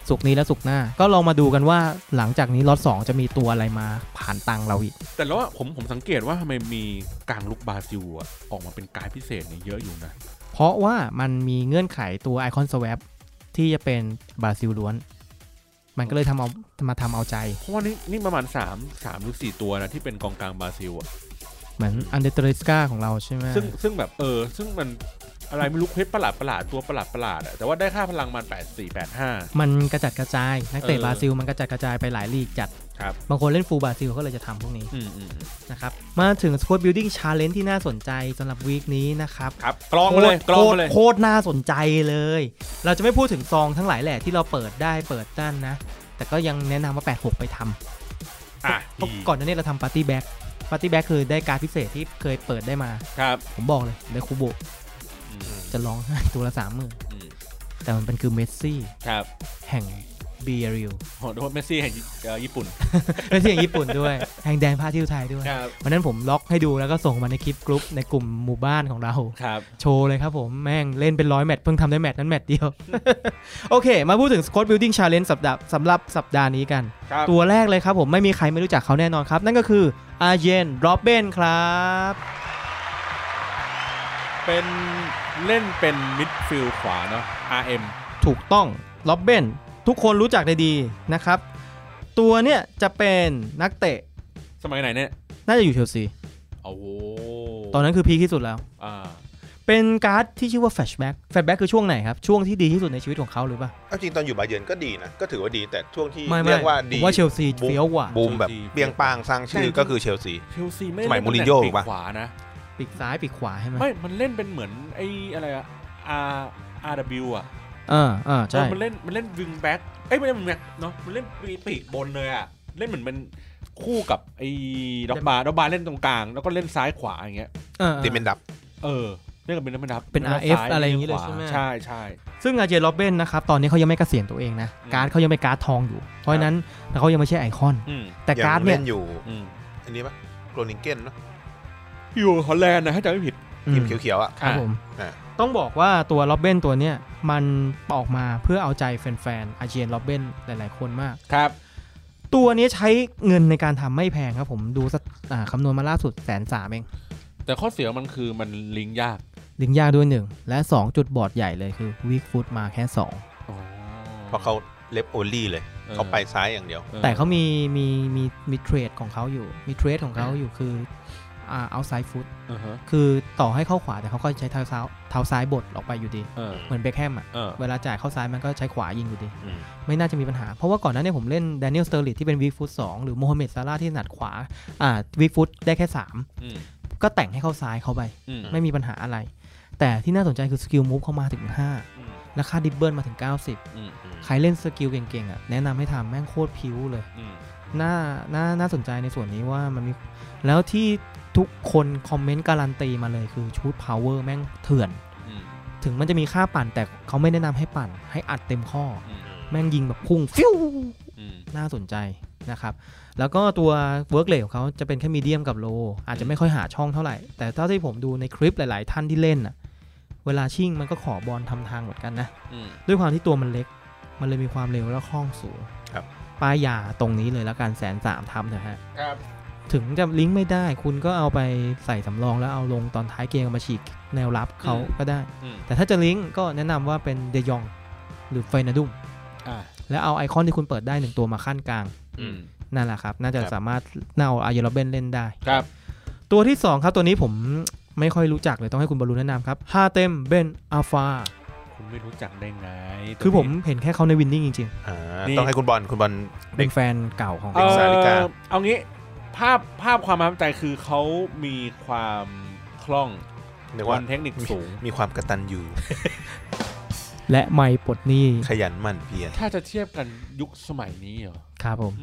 Speaker 3: สุกนี้และสุกหน้าก็ลองมาดูกันว่าหลังจากนี้ล็อตสองจะมีตัวอะไรมาผ่านตังเราอีก
Speaker 1: แต่แล้วผมผมสังเกตว่าทำไมมีกลางลุกบราซิลอ่ะออกมาเป็นการพิเศษเนี่ยเยอะอยู่นะ
Speaker 3: เพราะว่ามันมีเงื่อนไขตัวไอคอนสวปที่จะเป็นบราซิลล้วนมันก็เลยทำเอามาทำเอาใจ
Speaker 1: เพราะว่านี่นี่ประมาณสามสามหรือสี่ตัวนะที่เป็นกองกลางบราซิลอ่ะ
Speaker 3: เหมือนอันเดเตเรสกาของเราใช่ไหม
Speaker 1: ซึ่งซึ่งแบบเออซึ่งมันอะไรไม่รู้เพชรประหลาดประหลาดตัวประหลาดประหลาดอะแต่ว่าได้ค่าพลังมันแปดสี่ แปดห้า
Speaker 3: มันกระจัดกระจายนักเตะบราซิลมันกระจัดกระจายไปหลายลีกจัด
Speaker 1: ครับ
Speaker 3: บางคนเล่นฟูลบราซิลก็เลยจะทำพวกนี้นะครับมาถึง Squad Building Challenge ที่น่าสนใจสำหรับวีคนี้นะครับ
Speaker 1: ครับกรองมาเลยกรองมาเลย
Speaker 3: โคตรน่าสนใจเลยเราจะไม่พูดถึงซองทั้งหลายแหละที่เราเปิดได้เปิดด้านนะแต่ก็ยังแนะนำว่าแปดหกไปทำอ่ะก่อนหน้านี้เราทำปาร์ตี้แบ็กปาร์ตี้แบ็กคือได้การพิเศษที่เคยเปิดได้มา
Speaker 1: ครับ
Speaker 3: ผมบอกเลยได้คูโบจะร้องไห้ตัวละสามหมื่นแต่มันเป็นคือเมสซี่
Speaker 1: ครับ
Speaker 3: แห่งเบียริล
Speaker 1: โหโดนเมสซี่แห่งญี่ปุ่น
Speaker 3: เมสซี่แห่งญี่ปุ่นด้วยแห่งแดนผ้าทิวไทยด้วยวันนั้นผมล็อกให้ดูแล้วก็ส่งมาในคลิปกรุ๊ปในกลุ่มหมู่บ้านของเราโชว์เลยครับผมแม่งเล่นเป็นร้อยแมตช์เพิ่งทำได้แมตช์นั้นแมตช์เดียวโอเคมาพูดถึง Squad Building Challenge สัปดาห์สำหรับสัปดาห์นี้กันตัวแรกเลยครับผมไม่มีใครไม่รู้จักเขาแน่นอนครับนั่นก็คืออาร์เจน โรเบนครับ
Speaker 1: เป็นเล่นเป็นมิดฟิลด์ขวาเนาะ อาร์ เอ็ม
Speaker 3: ถูกต้องโรเบนทุกคนรู้จักได้ดีนะครับตัวเนี่ยจะเป็นนักเตะ
Speaker 1: สมัยไหนเนี่ย
Speaker 3: น่าจะอยู่เชลซี
Speaker 1: โอ้โห
Speaker 3: ตอนนั้นคือพีคที่สุดแล้ว
Speaker 1: อ่า
Speaker 3: เป็นการ์ดที่ชื่อว่าแฟลชแบ็กแฟลชแบ็กคือช่วงไหนครับช่วงที่ดีที่สุดในชีวิตของเขาหรือเปล่า
Speaker 2: เอาจริงตอนอยู่บาเยิร์นก็ดีนะก็ถือว่าดีแต่ช่วงที่เรียกว่าดี
Speaker 3: ผมว่าเชลซีเฟี้ยวกว่า
Speaker 2: บูมแบบเปียงปางสร้างชื่อก็คือเชลซี
Speaker 1: เชลซีไม่
Speaker 2: สมัยมูรินโญ่ถูกป่ะ
Speaker 1: ขวานะ
Speaker 3: ปีกซ้ายปีกขวาใช่ไหม
Speaker 1: ไม่มันเล่นเป็นเหมือนไอ้อะไรอะ R อาร์ ดับเบิลยู อ่ะ
Speaker 3: เออเออใช่
Speaker 1: มันเล่นมันเล่นวิงแบ็กเอ้ยไม่ใช่วิงแบ็กเนาะมันเล่นปีกบนเลยอ่ะเล่นเหมือนเป็นคู่กับไอ้ด็อกบาร์ด็อกบาร์เล่นตรงกลางแล้วก็เล่นซ้ายขวาอย่างเงี้ย
Speaker 2: ดิเมนดับ
Speaker 1: เออเล่นกับเป็นดิเมนดับ
Speaker 3: เป็น อาร์ เอฟ อะไรอย่างงี้เลยใช่ไหม
Speaker 1: ใช่ใช่
Speaker 3: ซึ่งอาร์เจน โรเบนนะครับตอนนี้เขายังไม่เกษียณตัวเองนะการ์ดเขายังเป็นการ์ดทองอยู่เพราะฉะนั้นเขายังไม่ใช่ไอคอนแต่การ์ดเนี่ย
Speaker 2: อยู่อันนี้ปะโกลนิงเกนเนาะ
Speaker 1: อยู่ฮอลแลนด์นะถ้าจำไม่ผิด
Speaker 2: ทีมเขียวๆอ่ะ
Speaker 3: ครับผมต้องบอกว่าตัวโรเบนตัวเนี้ยมันออกมาเพื่อเอาใจแฟนๆอาร์เจน โรเบนหลายๆคนมาก
Speaker 1: ครับ
Speaker 3: ตัวนี้ใช้เงินในการทำไม่แพงครับผมดูคำนวณมาล่าสุดแสนสามเอง
Speaker 1: แต่ข้อเสียมันคือมันลิงก์ยาก
Speaker 3: ลิงก์ยากด้วยหนึ่งและสองจุดบอดใหญ่เลยคือวีคฟุตมาแค่สอง
Speaker 2: เพราะเขาเล็บโอลี่เลยเขาไปซ้ายอย่างเดียว
Speaker 3: แต่เขามีมีมีมีเทรดของเขาอยู่มีเทรดของเขาอยู่คืออ่าเอาไซด์ฟุตคือต่อให้เข้าขวาแต่เขาก็ใช้เท้าซ้ายเท้าซ้ายบดออกไปอยู่ดีเหมือนเบคแฮมอ่ะเวลาจ่ายเข้าซ้ายมันก็ใช้ขวายิงอยู่ดีไม่น่าจะมีปัญหาเพราะว่าก่อนหน้านี้ผมเล่นแดเนียล สเตอร์ลิตที่เป็นวีคฟุตสองหรือโมฮัมเหม็ด ซาลาห์ที่ถนัดขวาอ่าวีคฟุตได้แค่สามก็แต่งให้เข้าซ้ายเข้าไปไม่มีปัญหาอะไรแต่ที่น่าสนใจคือสกิลมูฟเข้ามาถึงห้าและค่าดิบเบิลมาถึงเก้าสิบใครเล่นสกิลเก่งๆอ่ะแนะนำให้ทำแม่งโคตรพิ้วเลยน่าน่าน่าสนใจในส่วนนี้ว่ามันมีแล้วที่ทุกคนคอมเมนต์การันตีมาเลยคือชูดพาวเวอร์แม่งเถื่อนถึงมันจะมีค่าปั่นแต่เขาไม่แนะนำให้ปั่นให้อัดเต็มข้อแม่งยิงแบบพุ่งฟิวน่าสนใจนะครับแล้วก็ตัวเวิร์กเรทของเขาจะเป็นแค่มีเดียมกับโลอาจจะไม่ค่อยหาช่องเท่าไหร่แต่เท่าที่ผมดูในคลิปหลายๆท่านที่เล่นน่ะเวลาชิ่งมันก็ขอบอลทำทางเหมือนกันนะด้วยความที่ตัวมันเล็กมันเลยมีความเร็วและคล่องสูงป้ายยาตรงนี้เลยแล้วกันแสนสามทำเถอะฮะถึงจะลิงก์ไม่ได้คุณก็เอาไปใส่สำรองแล้วเอาลงตอนท้ายเกมมาฉีกแนวรับเขาก็ได้แต่ถ้าจะลิงก์ก็แนะนำว่าเป็นเดยองหรือเฟนาดุมแล้วเอาไอคอนที่คุณเปิดได้หนึ่งตัวมาขั้นกลางนั่นแหละครับน่าจะสามารถน่าเอาอาร์เยโรเบนเล่นได้
Speaker 1: ครับ
Speaker 3: ตัวที่สองครับตัวนี้ผมไม่ค่อยรู้จักเลยต้องให้คุณบอลลูนแนะนำครับฮาเต็มเบนอัลฟา
Speaker 1: คุณไม่รู้จักได้ไง
Speaker 3: คือผมเห็นแค่เขาในวินนิ่งจริง
Speaker 2: ๆต้องให้คุณบอลคุณบอล
Speaker 3: เป็นแฟนเก่าของ
Speaker 1: เด็กซาลิกาเอางี้ภาพภาพความประทับใจคือเขามีความคล่องวันเทคนิคสูง
Speaker 2: มีความกตัญญู
Speaker 3: และไม่ปลดหนี้
Speaker 2: ขยันหมั่นเพียร
Speaker 1: ถ้าจะเทียบกันยุคสมัยนี้เหรอ
Speaker 3: ครับผม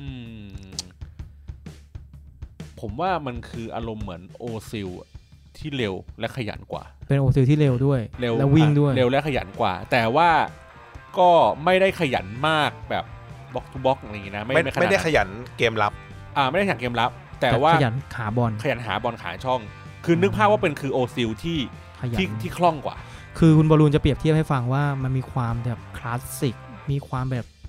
Speaker 1: ผมว่ามันคืออารมณ์เหมือนโอซิลที่เร็วและขยันกว่า
Speaker 3: เป็นโอซิลที่เร็วด้วยและวิ่งด้วย
Speaker 1: เร็วและขยันกว่าแต่ว่าก็ไม่ได้ขยันมากแบบบล็อกทูบล็อกอะไรอย่างงี้นะ
Speaker 2: ไม่ไม่ได้ขยันเกมรับ
Speaker 1: อ่าไม่ได้ขยันเกมรับแต่ว่า
Speaker 3: ขยันหาบอล
Speaker 1: ขยันหาบอลขาช่องคือนึกภาพว่าเป็นคือโอซิลที่ที่ที่คล่องกว่า
Speaker 3: คือคุณบอลลูนจะเปรียบเทียบให้ฟังว่ามันมีความแบบคลาสสิกมีความแบบ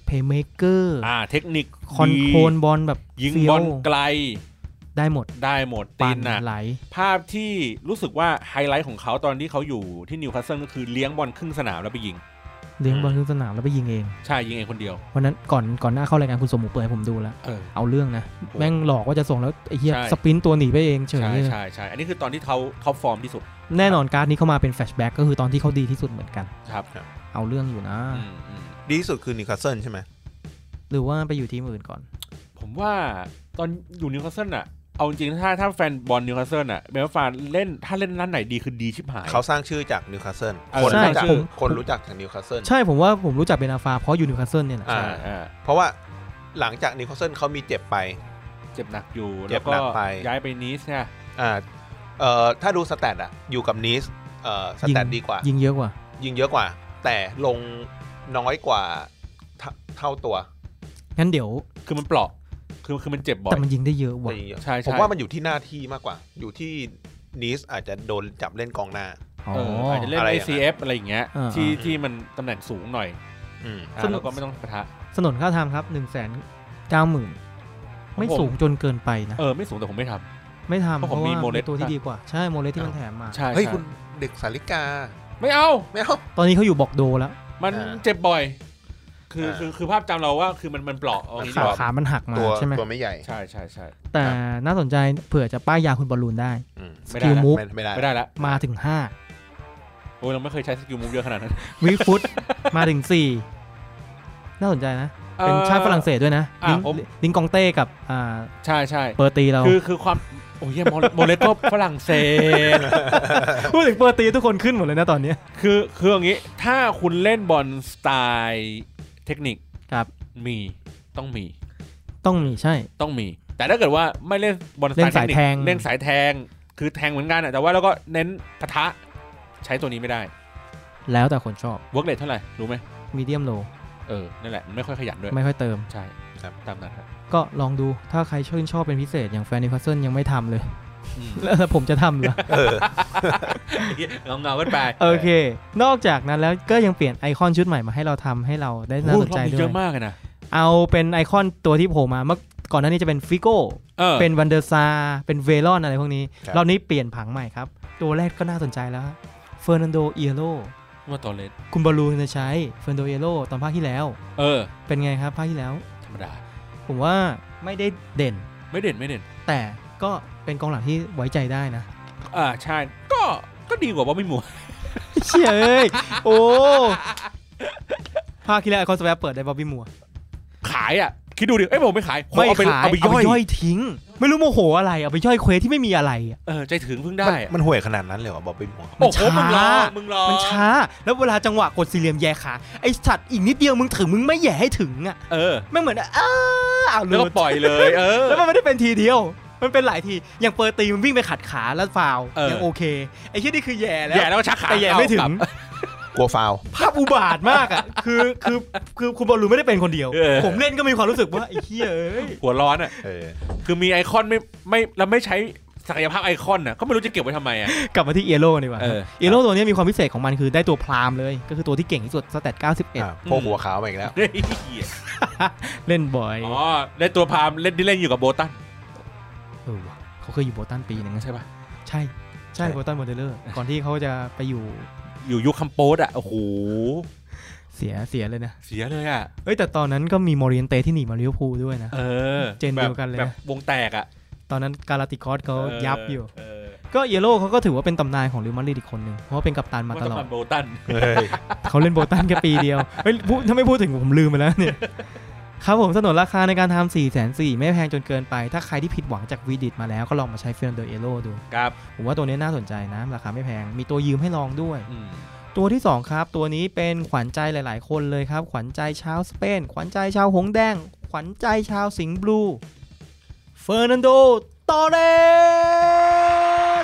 Speaker 3: เพย์เมเกอร์
Speaker 1: อ่าเทคนิค
Speaker 3: คอนโทรลบอลแบบ
Speaker 1: ยิงบอลไกล
Speaker 3: ได้หมด
Speaker 1: ได้หมดตีนหนักภาพที่รู้สึกว่าไฮไลท์ของเขาตอนที่เขาอยู่ที่นิวคาสเซิลก็คือเลี้ยงบอลครึ่งสนามแล้วไปยิง
Speaker 3: เลี้ยงบอลครึ่งสนามแล้วไปยิงเอง
Speaker 1: ใช่ยิงเองคนเดียว
Speaker 3: วันนั้นก่อนก่อนหน้าเข้ารายการคุณสมหมูเปิดให้ผมดูแล้ว
Speaker 1: เออ
Speaker 3: เอาเรื่องนะแม่งหลอกว่าจะส่งแล้วไอ้เหี้ยสปรินต์ตัวหนีไปเองเฉย
Speaker 1: ใช่ใช่ใช่อันนี้คือตอนที่เขาเขาฟอร์มที่สุด
Speaker 3: แน่นอนการ์ดนี้เข้ามาเป็นแฟลชแบ็กก็คือตอนที่เขาดีที่สุดเหมือนกัน
Speaker 1: ครับ
Speaker 3: เอาเรื่องอยู่นะ
Speaker 2: ดีที่สุดคือนิวคาสเซิลใช่ไหม
Speaker 3: หรือว่าไปอยู่ทีมอื่นก่อน
Speaker 1: ผมว่าตอนอยู่นิวคาสเซิลอ่ะเอาจริงๆถ้าถ้าแฟนบอลนิวคาสเซิลอ่ะเบลฟานเล่นถ้าเล่นร้านไหนดีคือดีชิบหาย
Speaker 2: เขาสร้างชื่อจากนิวคาสเซิลคนรู้จักคนรู้จักจากนิวคาสเซิล
Speaker 3: ใช่ผมว่าผมรู้จักเบนาฟาเพราะอยู่นิวคาสเซิลเนี่ยแหละ
Speaker 2: เพราะว่าหลังจากนิวคาสเซิลเขามีเจ็บไป
Speaker 1: เจ็บหนักอยู่แล้วก็ย้ายไปนีสเนี่ย
Speaker 2: อ่าเอ่อถ้าดูสแตทอ่ะอยู่กับนีสเอ่อสแตทดีกว่า
Speaker 3: ยิงเยอะกว่า
Speaker 2: ยิงเยอะกว่าแต่ลงน้อยกว่าเท่าตัว
Speaker 3: งั้นเดี๋ยว
Speaker 1: คือมันเปราะคือคือมันเจ็บบ่อย
Speaker 3: แต่มันยิงได้เยอะว่ะ
Speaker 1: ใช่
Speaker 2: ผมว่ามันอยู่ที่หน้าที่มากกว่าอยู่ที่นีสอาจจะโดนจับเล่นกองหน้า
Speaker 1: เอออาจจะเล่น ไอ ซี เอฟ อะไรอย่างเงี้ยที่ที่มันตำแหน่งสูงหน่อยอืมแล้วก็ไม่ต้องปะทะ
Speaker 3: สนนค่าทำครับ หนึ่งแสนเก้าหมื่น ไม่สูงจนเกินไปนะ
Speaker 1: เออไม่สูงแต่ผมไม่ท
Speaker 3: ำไม่ทำเพราะว่ามีตัวที่ดีกว่าใช่โมเลสที่มันแถมมา
Speaker 2: ใช่เฮ้ยคุณเด็กสาริกา
Speaker 1: ไม่เอา
Speaker 2: ไม่เอา
Speaker 3: ตอนนี้เขาอยู่บอกโดแล้ว
Speaker 1: มันเจ็บบ่อยคือคือคือภาพจำเราว่าคือมันมันเปราะ
Speaker 3: ขาขามันหักมาใช่ไหม
Speaker 2: ตัวไม่ใหญ่
Speaker 1: ใช่ใช่ใช่
Speaker 3: แต่น่าสนใจเผื่อจะป้ายยาคุณบอลลูนได้
Speaker 1: สกิล
Speaker 3: มูฟ
Speaker 2: ไม่ได้
Speaker 1: ไม่ได้แล้ว
Speaker 3: มาถึงห้า
Speaker 1: โอ้ยเราไม่เคยใช้สกิลมูฟเยอะขนาดนั้น
Speaker 3: วิฟุตมาถึงสี่น่าสนใจนะเป็นชาติฝรั่งเศสด้วยนะลิงกองเต้กับอ่า
Speaker 1: ใช่ใช่
Speaker 3: เปอร์ตีเรา
Speaker 1: คือคือความโอ้ยโมเลสก็ฝรั่งเศส
Speaker 3: พูดถึงเปอร์ตีทุกคนขึ้นหมดเลยนะตอนนี้
Speaker 1: คือคืออย่างนี้ถ้าคุณเล่นบอลสไตล์เทคนิค
Speaker 3: ครับ
Speaker 1: มีต้องมี
Speaker 3: ต้องมีใช่
Speaker 1: ต้องมีแต่ถ้าเกิดว่าไม่เล่นบอลสไตล์เทคนิคเล่นสายแทงคือแทงเหมือนกันแต่ว่าแล้วก็เน้นปะทะใช้ตัวนี้ไม่ได้
Speaker 3: แล้วแต่คนชอบ
Speaker 1: เวิร์กเรทเท่าไหร่รู้ไหม
Speaker 3: มีเดียมโล
Speaker 1: เออนั่นแหละไม่ค่อยขยันด้วย
Speaker 3: ไม่ค่อยเติม
Speaker 1: ใช่ครับตามนั้นครับ
Speaker 3: ก็ลองดูถ้าใครชื่นชอบเป็นพิเศษอย่างแฟนนิวคาสเซิลยังไม่ทำเลยแล้วผมจะทำเหรอ
Speaker 1: เงาเงากันไป
Speaker 3: โอเคนอกจากนั้นแล้วก็ยังเปลี่ยนไอคอนชุดใหม่มาให้เราทำให้เราได้น่าสนใจด้วย
Speaker 1: เยอะมากเลยนะ
Speaker 3: เอาเป็นไอคอนตัวที่โผล่มาเมื่อก่อนหน้านี้จะเป็นฟิโก้เป็นวันเดอร์ซาเป็นเวลอนอะไรพวกนี้รอบนี้เปลี่ยนผังใหม่ครับตัวแรกก็น่าสนใจแล้วเฟอร์นันโดเอโร
Speaker 1: ว่าตอนเล็ก
Speaker 3: คุณบอลลูนจะใช้เฟอร์นันโดเอโรตอนภาคที่แล้ว
Speaker 1: เออ
Speaker 3: เป็นไงครับภาคที่แล้ว
Speaker 1: ธรรมดา
Speaker 3: ผมว่าไม่ได้เด่น
Speaker 1: ไม่เด่นไม่เด่น
Speaker 3: แต่ก็เป็นกองหลังที่ไว้ใจได้นะ
Speaker 1: อ่าใช่ก็ก็ดีกว่าบอบบี้มัว
Speaker 3: เชี่ยเอ้ยโอ้ภาคที่แล้วไอคอนสแวปเปิดได้บอบบี้มัว
Speaker 1: ขายอ่ะคิดดูดิเอ้ยผมไม่ขาย
Speaker 3: ไม่ขายเอาไปย่อยทิ้งไม่รู้โมโหอะไรเอาไปย่อยเควสที่ไม่มีอะไร
Speaker 1: เออใจถึงเพิ่งได้
Speaker 2: มันห่วยขนาดนั้นเลยเหรอบอบบี้มัว
Speaker 3: มันช้ามึงรอมันช้าแล้วเวลาจังหวะกดสี่เหลี่ยมแย่ขาไอสัตว์อีกนิดเดียวมึงถึงมึงไม่แย่ให้ถึงอ่ะ
Speaker 1: เออ
Speaker 3: ไม่เหมือนเออเอาเลย
Speaker 1: แล้วปล่อยเลยเออ
Speaker 3: แล้วมันไม่ได้เป็นทีเดียวมันเป็นหลายทีอย่างเปิดตีมันวิ่งไปขัดขาแล้วฟาวยังโอเคไอ้ที่นี่คือแย่แล้ว
Speaker 1: แย่แล้วชักขา
Speaker 3: แต่แย่ไม่ถึง
Speaker 2: กลัวฟาว
Speaker 3: ภาพอุบาทมากอ่ะคือคือคือคุณบอลลูนไม่ได้เป็นคนเดียวผมเล่นก็มีความรู้สึกว่าไอ้เหี้ยเอ้ย
Speaker 1: หัวร้อนอ่ะคือมีไอคอนไม่ไม่แล้วไม่ใช้ศักยภาพไอคอนอ่ะก็ไม่รู้จะเก็บไว้ทำไมอ่ะ
Speaker 3: กลับมาที่เอโร่ดีกว่าเอโร่ตัวนี้มีความพิเศษของมันคือได้ตัวพรามเลยก็คือตัวที่เก่งที่สุดสแตทเก้าสิบเอ็ด
Speaker 2: พวกหัวขาวมาอีกแล้ว
Speaker 3: เล่นบ่อย
Speaker 1: อ๋อได้ตัวพรามเล่นที่เล่นอยู่กับโบตัน
Speaker 3: เออเขาเคยอยู่โบตันปีนึง
Speaker 1: ใช่ป่ะ
Speaker 3: ใช่ใช่โบตันโมเดลเลอร์ก่อนที่เขาจะไปอยู่
Speaker 1: อยู่ยุคคัมโปสอ่ะโอ้โห
Speaker 3: เสียเสียเลยนะ
Speaker 1: เสียเลยอ่ะ
Speaker 3: เอ้ยแต่ตอนนั้นก็มีมอริเอนเต้ที่หนีมาลิเวอร์พูลด้วยนะ
Speaker 1: เออ
Speaker 3: เจนเดียวกันเลย
Speaker 1: แบบวงแตกอ่ะ
Speaker 3: ตอนนั้นกาลาติคอสเขายับอยู่ก็เยโร่เขาก็ถือว่าเป็นตำนานของลิเวอร์พูลอีกคนนึงเพราะว่าเป็นกัปตันมาตลอด
Speaker 1: โบตัน
Speaker 3: เขาเล่นโบตันแค่ปีเดียวเฮ้ยถ้าไม่พูดถึงผมลืมไปแล้วเนี่ยครับผมสนนราคาในการทำ สี่แสนสี่หมื่น ไม่แพงจนเกินไปถ้าใครที่ผิดหวังจากวีดิตมาแล้วก็ลองมาใช้เฟรนโดเอโร่ดู
Speaker 1: ครับ
Speaker 3: ผมว่าตัวนี้น่าสนใจนะราคาไม่แพงมีตัวยืมให้ลองด้วยตัวที่สองครับตัวนี้เป็นขวัญใจหลายๆคนเลยครับขวัญใจชาวสเปนขวัญใจชาวหงแดงขวัญใจชาวสิงห์บลูเฟอร์นันโดตอเรส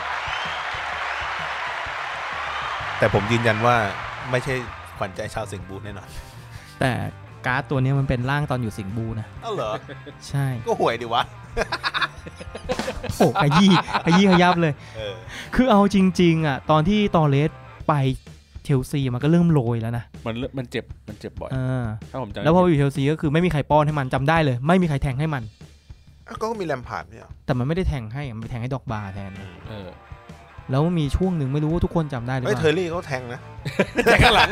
Speaker 2: แต่ผมยืนยันว่าไม่ใช่ขวัญใจชาวสิงห์บลูแน่นอน
Speaker 3: แต่การ์ดตัวนี้มันเป็นร่างตอนอยู่สิงห์บูนะ
Speaker 2: อ้าวเหรอ
Speaker 3: ใช่
Speaker 2: ก็ห่วยดิวะ
Speaker 3: โอ้ขยี้ขยี้ขยับเลยเออคือเอาจริงๆอ่ะตอนที่ตอเรสไปเชลซีมันก็เริ่มโรยแล้วนะ
Speaker 1: มันมันเจ็บมันเจ็บบ่อยถ้าผมจำ
Speaker 3: แล้วพออยู่เชลซีก็คือไม่มีใครป้อนให้มันจำได้เลยไม่มีใครแทงให้มัน
Speaker 2: ก็มีแลมพาร์ดเนี่ย
Speaker 3: แต่มันไม่ได้แทงให้มันไปแทงให้ดอกบาแทนเออแล้วมีช่วงหนึ่งไม่รู้ว่าทุกคนจำได้หรือเปล่า
Speaker 2: เทอร์รี่เขาแทงนะ
Speaker 1: แทงข้างหลัง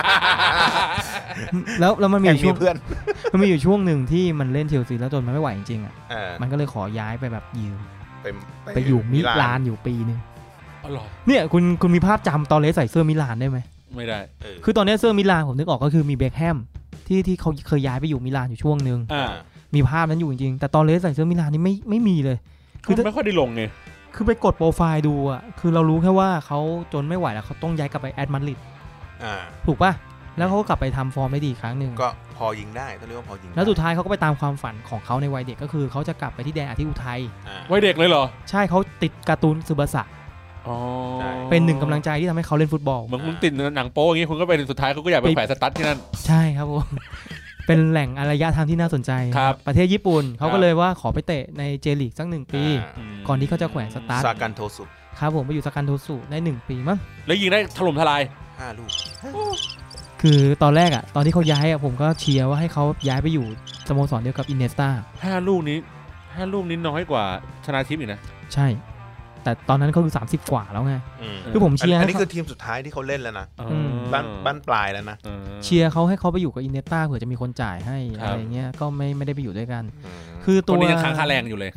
Speaker 3: แล้วแล้วมันมีช่วงเพื่อนมันมีอยู่ช่วงหนึ่งที่มันเล่นเชลซีแล้วจนมันไม่ไหวจริงๆอ่ะมันก็เลยขอย้ายไปแบบยืมไปอยู่มิลานอยู่ปีนึงเนี่ยคุณคุณมีภาพจำตอนเลสใส่เสื้อมิลานได้ไหม
Speaker 1: ไม่ได้
Speaker 3: คือตอนนี้เสื้อมิลานผมนึกออกก็คือมีเบคแฮมที่ที่เขาเคยย้ายไปอยู่มิลานอยู่ช่วงนึงมีภาพนั้นอยู่จริงๆแต่ตอนเลสใส่เสื้อมิลานนี่ไม่ไม่มีเลย
Speaker 1: คือไม่ค่อยได้ลงไง
Speaker 3: คือไปกดโปรไฟล์ดูอ่ะคือเรารู้แค่ว่าเขาจนไม่ไหวแล้วเขาต้องย้ายกลับไปแอตมาดริดถูกป่ะแล้วเขาก็กลับไปทำฟอร์มได้ดีครั้งหนึ่ง
Speaker 2: ก็พอยิงได้ต้องเรียกว่าพอยิง
Speaker 3: แล้วสุดท้ายเขาก็ไปตามความฝันของเขาในวัยเด็กก็คือเขาจะกลับไปที่แดนอาทิอุทัย
Speaker 1: วัยเด็กเลยเหรอ
Speaker 3: ใช่เขาติดการ์ตูนซึบาสะเป็นหนึ่งกำลังใจที่ทำให้เขาเล่นฟุตบอล
Speaker 1: เหมือนคุณติดหนังโป๊อย่างงี้คุณก็เป็นสุดท้ายเขาก็อยากไปแขวนสตั๊ดที่นั่น
Speaker 3: ใช่ครับผมเป็นแหล่งอารยธรรมที่น่าสนใจประเทศญี่ปุ่นเขาก็เลยว่าขอไปเตะในเจลีกสักหนึ่งปีก่อนที่เขาจะแขวนสตาร์ท
Speaker 2: ซากันโทสุ
Speaker 3: ครับผมไปอยู่ซากันโทสุได้หนึ่งปีมั้ง
Speaker 1: แล้วยิงได้ถล่มทลาย
Speaker 2: ห้าลูก
Speaker 3: คือตอนแรกอ่ะตอนที่เขาย้ายอ่ะผมก็เชียร์ว่าให้เขาย้ายไปอยู่สโมสรเดียวกับอินเนสตา
Speaker 1: ห้าลูกนี้ห้าลูกนี้น้อยกว่าชนะทิพย์อีกนะ
Speaker 3: ใช่แต่ตอนนั้นเขาคือสามสิบกว่าแล้วไงคือผมเชียร์
Speaker 2: อันนี้คือทีมสุดท้ายที่เขาเล่นแล้วนะบ้านบ้านปลายแล้วนะ
Speaker 3: เชียร์เขาให้เขาไปอยู่กับอินเนสตาเผื่อจะมีคนจ่ายให้อะไรเงี้ยก็ไม่ไม่ได้ไปอยู่ด้วยกันคือตัว
Speaker 1: นี้ยังค้างค่าแรงอยู่เลย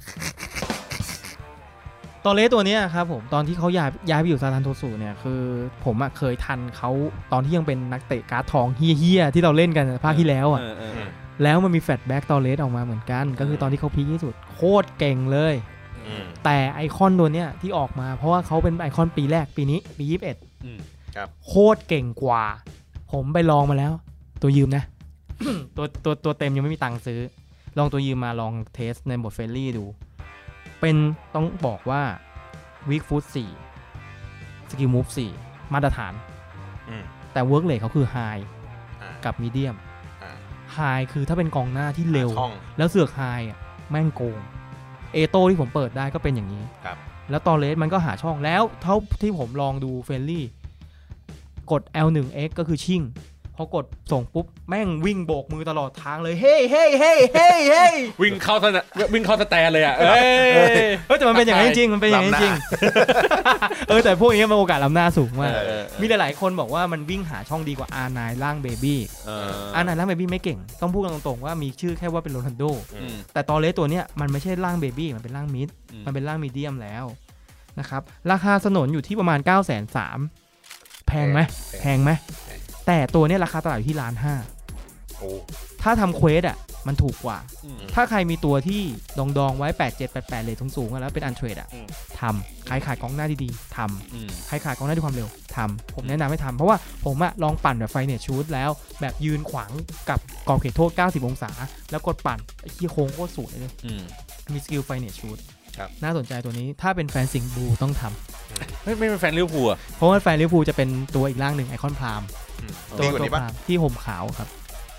Speaker 3: ตอนเลสตัวนี้ครับผมตอนที่เขาย้ายย้ายไปอยู่ซาตันโทสุเนี่ยคือผมอ่ะเคยทันเขาตอนที่ยังเป็นนักเตะการ์ดทองเฮี้ยๆที่เราเล่นกันภาคที่แล้วอ่ะแล้วมันมีแฟลชแบ็กตอนเลสออกมาเหมือนกันก็คือตอนที่เขาพีคที่สุดโคตรเก่งเลยแต่ไอคอนตัวเนี้ยที่ออกมาเพราะว่าเขาเป็นไอคอนปีแรกปีนี้ปียี่สิบเอ็ดโคตรเก่งกว่าผมไปลองมาแล้วตัวยืมนะ ตัวตัวตัวเต็มยังไม่มีตังค์ซื้อลองตัวยืมมาลองเทสในโหมดเฟรนลี่ดูเป็นต้องบอกว่าวีคฟุตสี่สกิลมูฟสี่มาตรฐานแต่เวิร์กเรทเขาคือไฮกับมีเดียมไฮคือถ้าเป็นกองหน้าที่เร็วแล้วเสือกไฮอ่ะแม่งโกงเอโต้ที่ผมเปิดได้ก็เป็นอย่างนี้แล้วตอเลสมันก็หาช่องแล้วเท่าที่ผมลองดูเฟรนลี่กด แอล วัน เอ็กซ์ ก็คือชิ่งพอกดส่งปุ๊บแม่งวิ่งโบกมือตลอดทางเลยเฮ้เฮ้เฮ้เฮ้เฮ้
Speaker 1: วิ่งเข้าวิ่งเข้าสแตนเลยอ่ะเ
Speaker 3: อ้ยเออแต่มันเป็นอย่างนี้จริงมันเป็นอย่างนี้จริงเออแต่พวกนี้มันโอกาสล้ำหน้าสูงมากมีหลายๆคนบอกว่ามันวิ่งหาช่องดีกว่า อาร์ ไนน์ ร่างเบบี้ อาร์ ไนน์ ร่างเบบี้ไม่เก่งต้องพูดกันตรงๆว่ามีชื่อแค่ว่าเป็นโรนัลโดแต่ตอเลสตัวเนี้ยมันไม่ใช่ร่างเบบี้มันเป็นร่างมิดมันเป็นร่างมีเดียมแล้วนะครับราคาสนนอยู่ที่ประมาณ เก้าแสนสามหมื่น แพงไหมแพงไหมแต่ตัวนี้ราคาตลาดอยู่ที่ล้านห้าถ้าทำเควสอ่ะมันถูกกว่าถ้าใครมีตัวที่ดองดองไว้แปด เจ็ด แปด แปดเลทสูงๆแล้วเป็นอันเทรดอ่ะทำขายขายกองหน้าดีๆทำขายขายกองหน้าด้วยความเร็วทำผมแนะนำให้ทำเพราะว่าผมอะลองปั่นแบบไฟเนตชูดแล้วแบบยืนขวางกับกรอบเขตโทษเก้าสิบองศาแล้วกดปั่นไอ้ขี้โค้งโคตรสวยเลยมีสกิลไฟเนตชูดน่าสนใจตัวนี้ถ้าเป็นแฟนสิงห์บลูต้องทำ
Speaker 1: ไม่ไม่เป็นแฟนลิเวอร์พูลอ่ะ
Speaker 3: เพราะว่าแฟนลิเวอร์พูลจะเป็นตัวอีกร่างหนึ่งไอคอนพรามตัวตัวพรามที่ห่มขาวครับ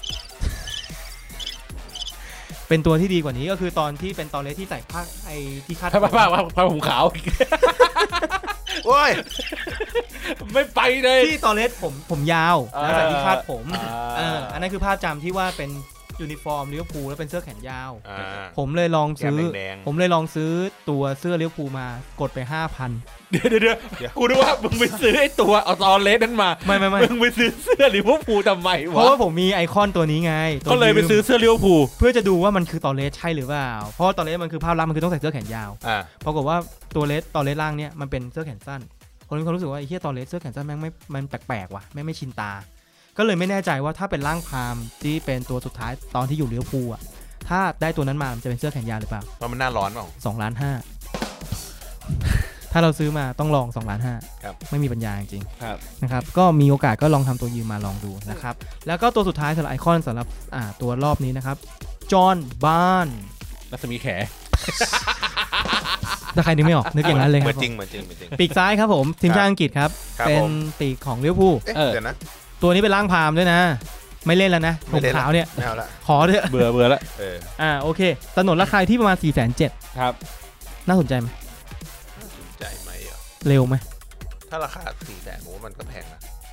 Speaker 3: เป็นตัวที่ดีกว่านี้ก็คือตอนที่เป็นตอนเลสที่ใส่ผ้าไอที่คาด
Speaker 1: ผ้าผ้าผ้าห่มขาว
Speaker 2: โอ้ย
Speaker 1: ไม่ไปเลย
Speaker 3: ที่ตอนเลสผมผมยาวแล้วใส่ที่คาดผมเอออันนั้นคือภาพจำที่ว่าเป็นยูนิฟอร์มลิเวอร์พูลแล้วเป็นเสื้อแขนยาวผมเลยลองซื้อผมเลยลองซื้อตัวเสื้อลิเวอร์พูลมากดไป ห้าพัน
Speaker 1: เดี๋ยวเดี๋ยวกูนึกว่ามึงไปซื้อไอ้ตัวเอาตอนเลสนั้นมา
Speaker 3: ไม่ไม่ไม่
Speaker 1: มึงไปซื้อเสื้อลิเวอร์พูลทำไมวะ
Speaker 3: เพราะว่าผมมีไอคอนตัวนี้ไง
Speaker 1: ก็เลยไปซื้อเสื้อลิเวอร์พูล
Speaker 3: เพื่อจะดูว่ามันคือตอนเลสใช่หรือเปล่าเพราะตอนเลสมันคือภาพลักษณ์มันคือต้องใส่เสื้อแขนยาวปรากฏว่าตัวเลสตอนเลสล่างเนี้ยมันเป็นเสื้อแขนสั้นคนมีความรู้สึกว่าไอ้เหี้ยตอนเลสเสื้อแขนสั้นแม่งไม่มันแปลกๆว่ะแม่งไม่ชินตาก็เลยไม่แน่ใจว่าถ้าเป็นร่างพามที่เป็นตัวสุดท้ายตอนที่อยู่ลิเวอร์พูลอ่ะถ้าได้ตัวนั้นมามันจะเป็นเสื้อแขนยาวหรือเปล่า
Speaker 2: เพราะมันหน้าร้อนเปล่า
Speaker 3: สองล้านห้าถ้าเราซื้อมาต้องลองสองล้านห้าไม่มีปัญญาจริงๆนะครับก็มีโอกาสก็ลองทำตัวยืมมาลองดูนะครับแล้วก็ตัวสุดท้ายสำหรับไอคอนสำหรับอ่าตัวรอบนี้นะครับจอห์นบาน
Speaker 1: รัศมีแข
Speaker 3: ถ้าใครนึกไม่ออกนึกอย่างนั้นเลยครับ
Speaker 2: จริงเหมือนจริงเหมือนจริง
Speaker 3: ปีกซ้ายครับผมทีมชาติอังกฤษครับเป็นปีกของลิเวอร์พูล
Speaker 2: เดี๋ยวนะ
Speaker 3: ตัวนี้เป็นร่างพามด้วยนะไม่เล่นแล้วนะผมขาวเนี่ยขอเถอะ
Speaker 1: เบื่อเบื่อแล้ว
Speaker 3: เอออ่าโอเคสนนราคาที่ประมาณ สี่แสนเจ็ดหมื่น
Speaker 1: ครับ
Speaker 3: น่าสนใจไหม
Speaker 2: น่าสนใจไหมอ่ะ
Speaker 3: เร็วไหม
Speaker 2: ถ้าราคา สี่แสน โอ้มันก็แพงนะ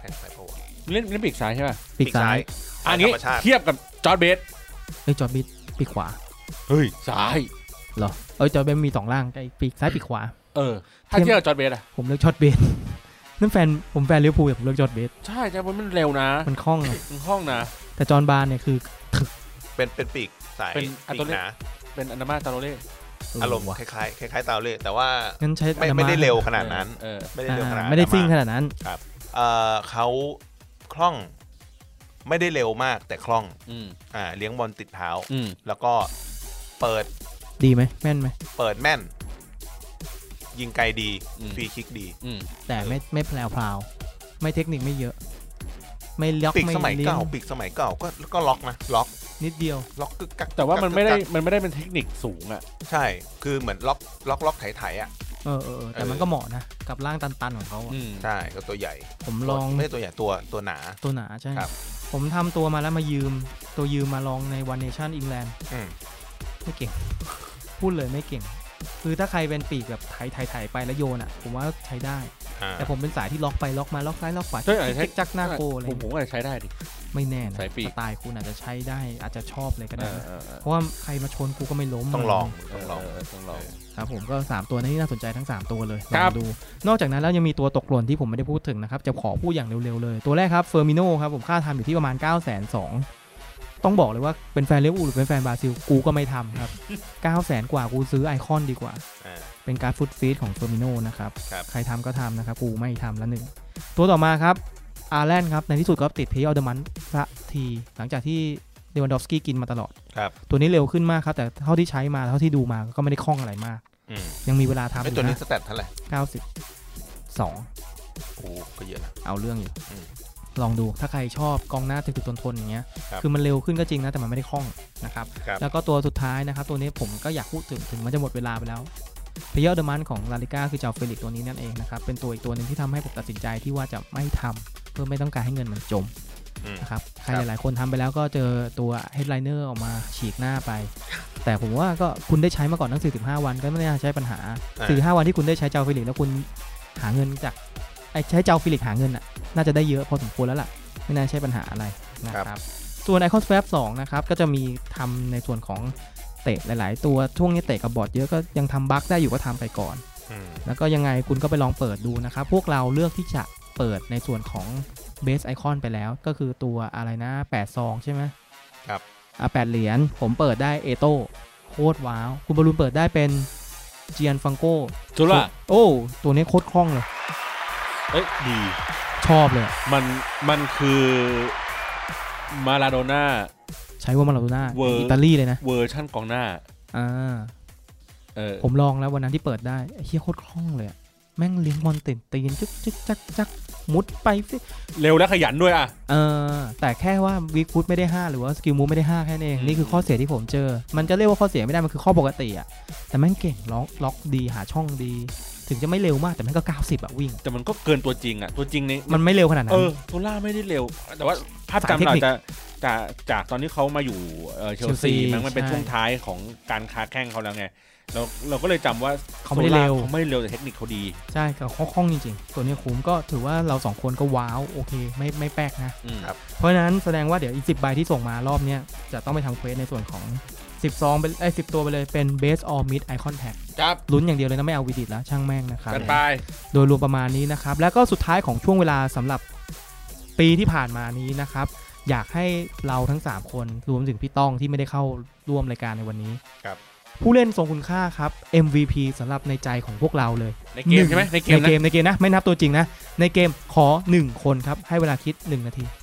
Speaker 2: ช่ใช่เพราะว่า
Speaker 1: เล่นเล่นปีกซ้ายใช่ป่ะ
Speaker 3: ปีกซ้าย
Speaker 1: อันนี้เทียบกับจอร์จเบส
Speaker 3: เฮ้ยจอร์จเบสปีกขวา
Speaker 1: เฮ้ยซ้าย
Speaker 3: เหรอเอ้ยจอร์จเบสมีสองล่างปีกซ้ายปีกขวา
Speaker 1: เออถ้าเทียบกับจอร์จเบสอะ
Speaker 3: ผมเลือกจอร์จเบสนั่นแฟนผมแฟนลิเวอร์พูลผมเลือกจอร์จเบส
Speaker 1: ใช่ใช่เพราะมันเร็วนะ
Speaker 3: มันคล่อง
Speaker 1: มันคล่องนะ
Speaker 3: แต่จอห์นบาร์เนี่ยคือ
Speaker 2: เป็นเป็นปีกสาย
Speaker 1: เป็นอัตโตเล่เป็นอันดามาตาโรเล่
Speaker 2: อารมณ์คล้ายๆคล้ายๆตาโรเล่แต่ว่า
Speaker 3: งั้นใช้
Speaker 2: ไม่ไม่ได้เร็วขนาดนั้นไม่ได้เร็วขนาด
Speaker 3: ไม่ได้ซิ่งขนาดนั้น
Speaker 2: ครับเอ่อเขาคล่องไม่ได้เร็วมากแต่คล่องอ่าเลี้ยงบอลติดเท้าแล้วก็เปิด
Speaker 3: ดีไหมแม่นไหม
Speaker 2: เปิดแม่นยิงไกลดีฟรีคิกดี
Speaker 3: แต่ไม่ไม่แพลวพราวไม่เทคนิคไม่เยอะไม่ล็อก
Speaker 2: ปีกสมัยเก่าปีกสมัยเก่าก็ก็ล็อกนะล็อก
Speaker 3: นิดเดียว
Speaker 2: ล็อกกึกกัก
Speaker 1: แต่ว่ามันไม่ได้มันไม่ได้เป็นเทคนิคสูงอ่ะ
Speaker 2: ใช่คือเหมือนล็อกล็อกล็อกไถไถอ่ะ
Speaker 3: เออเออแต่มันก็เหมาะนะกับร่างตันๆของเขา
Speaker 2: ใช่ก็ตัวใหญ่
Speaker 3: ผมลอง
Speaker 2: ไม่ตัวใหญ่ตัวตัวหนา
Speaker 3: ตัวหนาใช่ผมทำตัวมาแล้วมายืมตัวยืมมาลองในวันเนชั่นอิงแลนด์ไม่เก่งพูดเลยไม่เก่งคือถ้าใครเป็นปีกแบบไถไถไถไปแล้วโยนอ่ะผมว่าใช้ได้แต่ผมเป็นสายที่ล็อกไปล็อกมาล็อกซ้ายล็อกขวา
Speaker 1: ใช้
Speaker 3: จักหน้าโกเลย
Speaker 1: ผมก็ใช้ได้ดิ
Speaker 3: ไม่แน่นะสไตล์คุณอาจจะใช้ได้อาจจะชอบเลยก็ได้เพราะว่าใครมาชนกูก็ไม่ล้ม
Speaker 2: ต้องลองต้องลอง
Speaker 1: ต้องลอง
Speaker 3: ครับผมก็สามตัวนี้น่าสนใจทั้งสามตัวเลยลองดูนอกจากนั้นแล้วยังมีตัวตกหล่นที่ผมไม่ได้พูดถึงนะครับจะขอพูดอย่างเร็วๆเลยตัวแรกครับเฟอร์มิโน่ครับผมค่าทำอยู่ที่ประมาณ เก้าแสนสองหมื่น ต้องบอกเลยว่าเป็นแฟนลิเวอร์พูลหรือเป็นแฟนบราซิลกูก็ไม่ทำครับ เก้าแสนกว่ากูซื้อไอคอนดีกว่าเป็นการ์ดฟุตฟีดของเฟอร์มิโน่นะครับใครทำก็ทำนะครับกูไม่ทำละหนึ่งตัวต่อมาครับอาร์แลนด์ครับในที่สุดก็ติดเพย์ออฟเดอะมันท์สักทีหลังจากที่เดวันดอฟสกี้กินมาตลอดตัวนี้เร็วขึ้นมากครับแต่เท่าที่ใช้มาเท่าที่ดูมาก็ไม่ได้คล่องอะไรมากยังมีเวลาทำอยู่นะ
Speaker 2: ตัวนี้สแตทเท่าไหร่
Speaker 3: เก้าสิบสอง
Speaker 2: โอ้ก็เยอะนะ
Speaker 3: เอาเรื่องอยู่ลองดูถ้าใครชอบกองหน้าถึกๆทนๆอย่างเงี้ยคือมันเร็วขึ้นก็จริงนะแต่มันไม่ได้คล่องนะครับแล้วก็ตัวสุดท้ายนะครับตัวนี้ผมก็อยากพูดถึงถึงมันจะหมดเวลาไปแล้วเพย์ออฟเดอะมันท์ของลาลิก้าคือเจ้าเฟลิกตัวนี้นั่นเองนะครับเป็นตัวอีกตัวนึงที่ทำให้ผมตัดสินใจที่ว่าจะไม่ทำเพื่อไม่ต้องการให้เงินมันจมนะครับใครหลายๆคนทำไปแล้วก็เจอตัวเฮดไลเนอร์ออกมาฉีกหน้าไปแต่ผมว่าก็คุณได้ใช้มาก่อนตั้งสี่สิบห้าวันก็ไม่น่าใช้ปัญหาสี่สิบห้าวันที่คุณได้ใช้เจ้าเฟลิกแล้วคุณหาเงินจากไอ้ใช้เจ้าเฟลิกหาเงินอ่ะน่าจะได้เยอะพอสมควรแล้วล่ะไม่น่าใช่ปัญหาอะไรนะครับส่วน Icon Swap สองนะครับก็จะมีทำในส่วนของเตะหลายๆตัวช่วงนี้เตะกับบอร์ดเยอะก็ยังทำบั๊กได้อยู่ก็ทำไปก่อนแล้วก็ยังไงคุณก็ไปลองเปิดดูนะครับพวกเราเลือกที่จะเปิดในส่วนของ Base Icon ไปแล้วก็คือตัวอะไรนะแปดซองใช่ไหม
Speaker 2: ครับ
Speaker 3: อ่ะแปดเหรียญผมเปิดได้เอโต้โคตรว้าวคุณบอลลูนเปิดได้เป็นเจียนฟังโก้
Speaker 1: จุล่า
Speaker 3: โอ้ตัวนี้โคตรคล่องเลย
Speaker 1: เอ้ยดี
Speaker 3: ชอบเลย
Speaker 1: มันมันคือมาลาโดน่า
Speaker 3: ใช้ว่ามาลาโดน่าอิตาลีเลยนะ
Speaker 1: เวอร์ชั่นกองหน้า
Speaker 3: อ่าเออผมลองแล้ววันนั้นที่เปิดได้ไอ้เหี้ยโคตรคล่องเลยแม่งเลี้ยงบอลเต็มตีนจึ๊กจึ๊กจักจักมุดไป
Speaker 1: เร็วและขยันด้วยอ่ะ
Speaker 3: เออแต่แค่ว่าวิกฟุตไม่ได้ห้าหรือว่าสกิลมูฟไม่ได้ห้าแค่นั้นเองนี่คือข้อเสียที่ผมเจอมันจะเรียกว่าข้อเสียไม่ได้มันคือข้อปกติอ่ะแต่แม่งเก่งล็อกล็อกดีหาช่องดีถึงจะไม่เร็วมากแต่มันก็เก้าสิบอะวิ่ง
Speaker 1: แต่มันก็เกินตัวจริงอะตัวจริงนี่
Speaker 3: มันไม่เร็วขนาดนั้น
Speaker 1: เออโซล่าไม่ได้เร็วแต่ว่าภาพจำเราจะจากจากตอนที่เขามาอยู่เชลซีมันเป็นช่วงท้ายของการค้าแข่งเขาแล้วไงเราเราก็เลยจำว่า
Speaker 3: เขาไม่ได้เร็ว
Speaker 1: เขาไม่ได้เร็วแต่เทคนิคเขาดี
Speaker 3: ใช่เขาคล่องจริงๆตัวนี้คุ้มก็ถือว่าเราสองคนก็ว้าวโอเคไม่ไม่แปลกนะเพราะฉะนั้นแสดงว่าเดี๋ยวอีกสิบใบที่ส่งมารอบนี้จะต้องไปทำเควสในส่วนของสิบสองเป็นไอ้สิบตัวไปเลยเป็น Base or Mid Icon Pack
Speaker 1: ครับ
Speaker 3: ลุ้นอย่างเดียวเลยนะไม่เอาวิดิตแล้วช่างแม่งนะครับ
Speaker 1: กันไป
Speaker 3: โดยรวมประมาณนี้นะครับแล้วก็สุดท้ายของช่วงเวลาสำหรับปีที่ผ่านมานี้นะครับอยากให้เราทั้งสามคนรวมถึงพี่ต้องที่ไม่ได้เข้าร่วมรายการในวันนี้
Speaker 2: ครับ
Speaker 3: ผู้เล่นทรงคุณค่าครับ เอ็ม วี พี สำหรับในใจของพวกเราเลย
Speaker 1: ในเกมใช่ไหมในเกม
Speaker 3: ในเกมในเกมนะไม่นับตัวจริงนะในเกมขอหนึ่งคนครับให้เวลาคิดหนึ่งนาที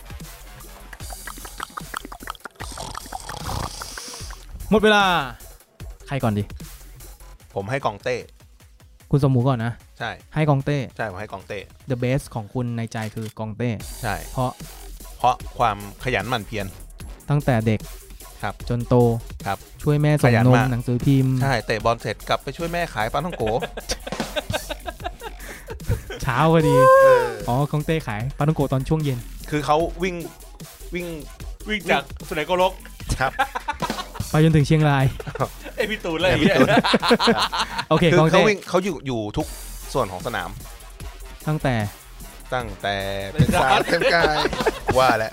Speaker 3: หมดเวลาใครก่อนดี
Speaker 2: ผมให้กองเต้
Speaker 3: คุณสมหมูก่อนนะ
Speaker 2: ใช่
Speaker 3: ให้กองเต้
Speaker 2: ใช่ผมให้กองเต้
Speaker 3: The best ของคุณในใจคือกองเต้
Speaker 2: ใช่
Speaker 3: เพราะ
Speaker 2: เพราะความขยันหมั่นเพียร
Speaker 3: ตั้งแต่เด็ก
Speaker 2: ครับ
Speaker 3: จนโต
Speaker 2: ครับ
Speaker 3: ช่วยแม่ส่งนมหนังสือพิมพ์
Speaker 2: ใช่เตะบอลเสร็จกลับไปช่วยแม่ขายปลาท่องโก
Speaker 3: เช้าพอดีอ๋อกองเต้ขายปลาท่องโกตอนช่วงเย็น
Speaker 2: คือเขาวิ่งวิ่ง
Speaker 1: วิ่งจากสุไหงโกลก
Speaker 2: ครับ
Speaker 3: ไปจนถึงเชียงราย
Speaker 1: ไอพี่ตูนเลย
Speaker 3: โอเค
Speaker 2: คือเขาวิ่งเขาอยู่อยู่ทุกส่วนของสนาม
Speaker 3: ตั้งแต่
Speaker 2: ตั้งแต่เป็นสาวเต็มกายว่าแหละ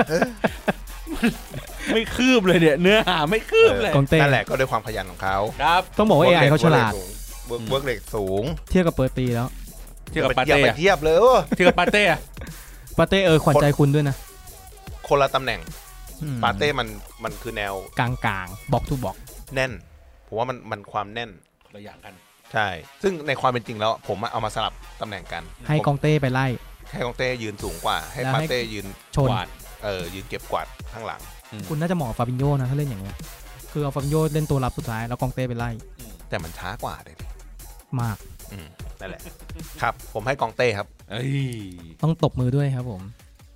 Speaker 1: ไม่คืบเลยเนี่ยเนื้อหาไม่คืบเลย
Speaker 2: นั่นแหละก็ด้วยความขยันของเขา
Speaker 1: ครับ
Speaker 3: ต้องบอกว่า เอ ไอ เขาฉลาด
Speaker 2: เวิร์กเรทสูง
Speaker 3: เทียบกับเปิร์ตีแล้ว
Speaker 1: เทียบกับปาเต้
Speaker 2: เทียบเลย
Speaker 1: เทียบกับปาเต้
Speaker 3: ปาเต้เออขวัญใจคุณด้วยนะ
Speaker 2: คนละตำแหน่งปาเต้มันมันคือแนว
Speaker 3: กลางๆบล็อกทูบล็อก
Speaker 2: แน่นผมว่ามันมันความแน่น
Speaker 1: คนละอย่างกัน
Speaker 2: ใช่ซึ่งในความเป็นจริงแล้วผมเอามาสลับตำแหน่งกัน
Speaker 3: ให้กองเต้ไปไล่
Speaker 2: ให้กองเต้ยืนสูงกว่าให้ปาเต้ยืน
Speaker 3: ชน
Speaker 2: เออยืนเก็บกวาดข้างหลัง
Speaker 3: คุณน่าจะเหมาะกับฟาบินโญ่นะถ้าเล่นอย่างเงี้ยคือเอาฟาบินโญ่เล่นตัวรับสุดท้ายแล้วกองเต้ไปไล่
Speaker 2: แต่มันช้ากว่าเลย
Speaker 3: มาก
Speaker 2: นั่นแหละครับผมให้กองเต้ครับ
Speaker 3: ต้องตบมือด้วยครับผม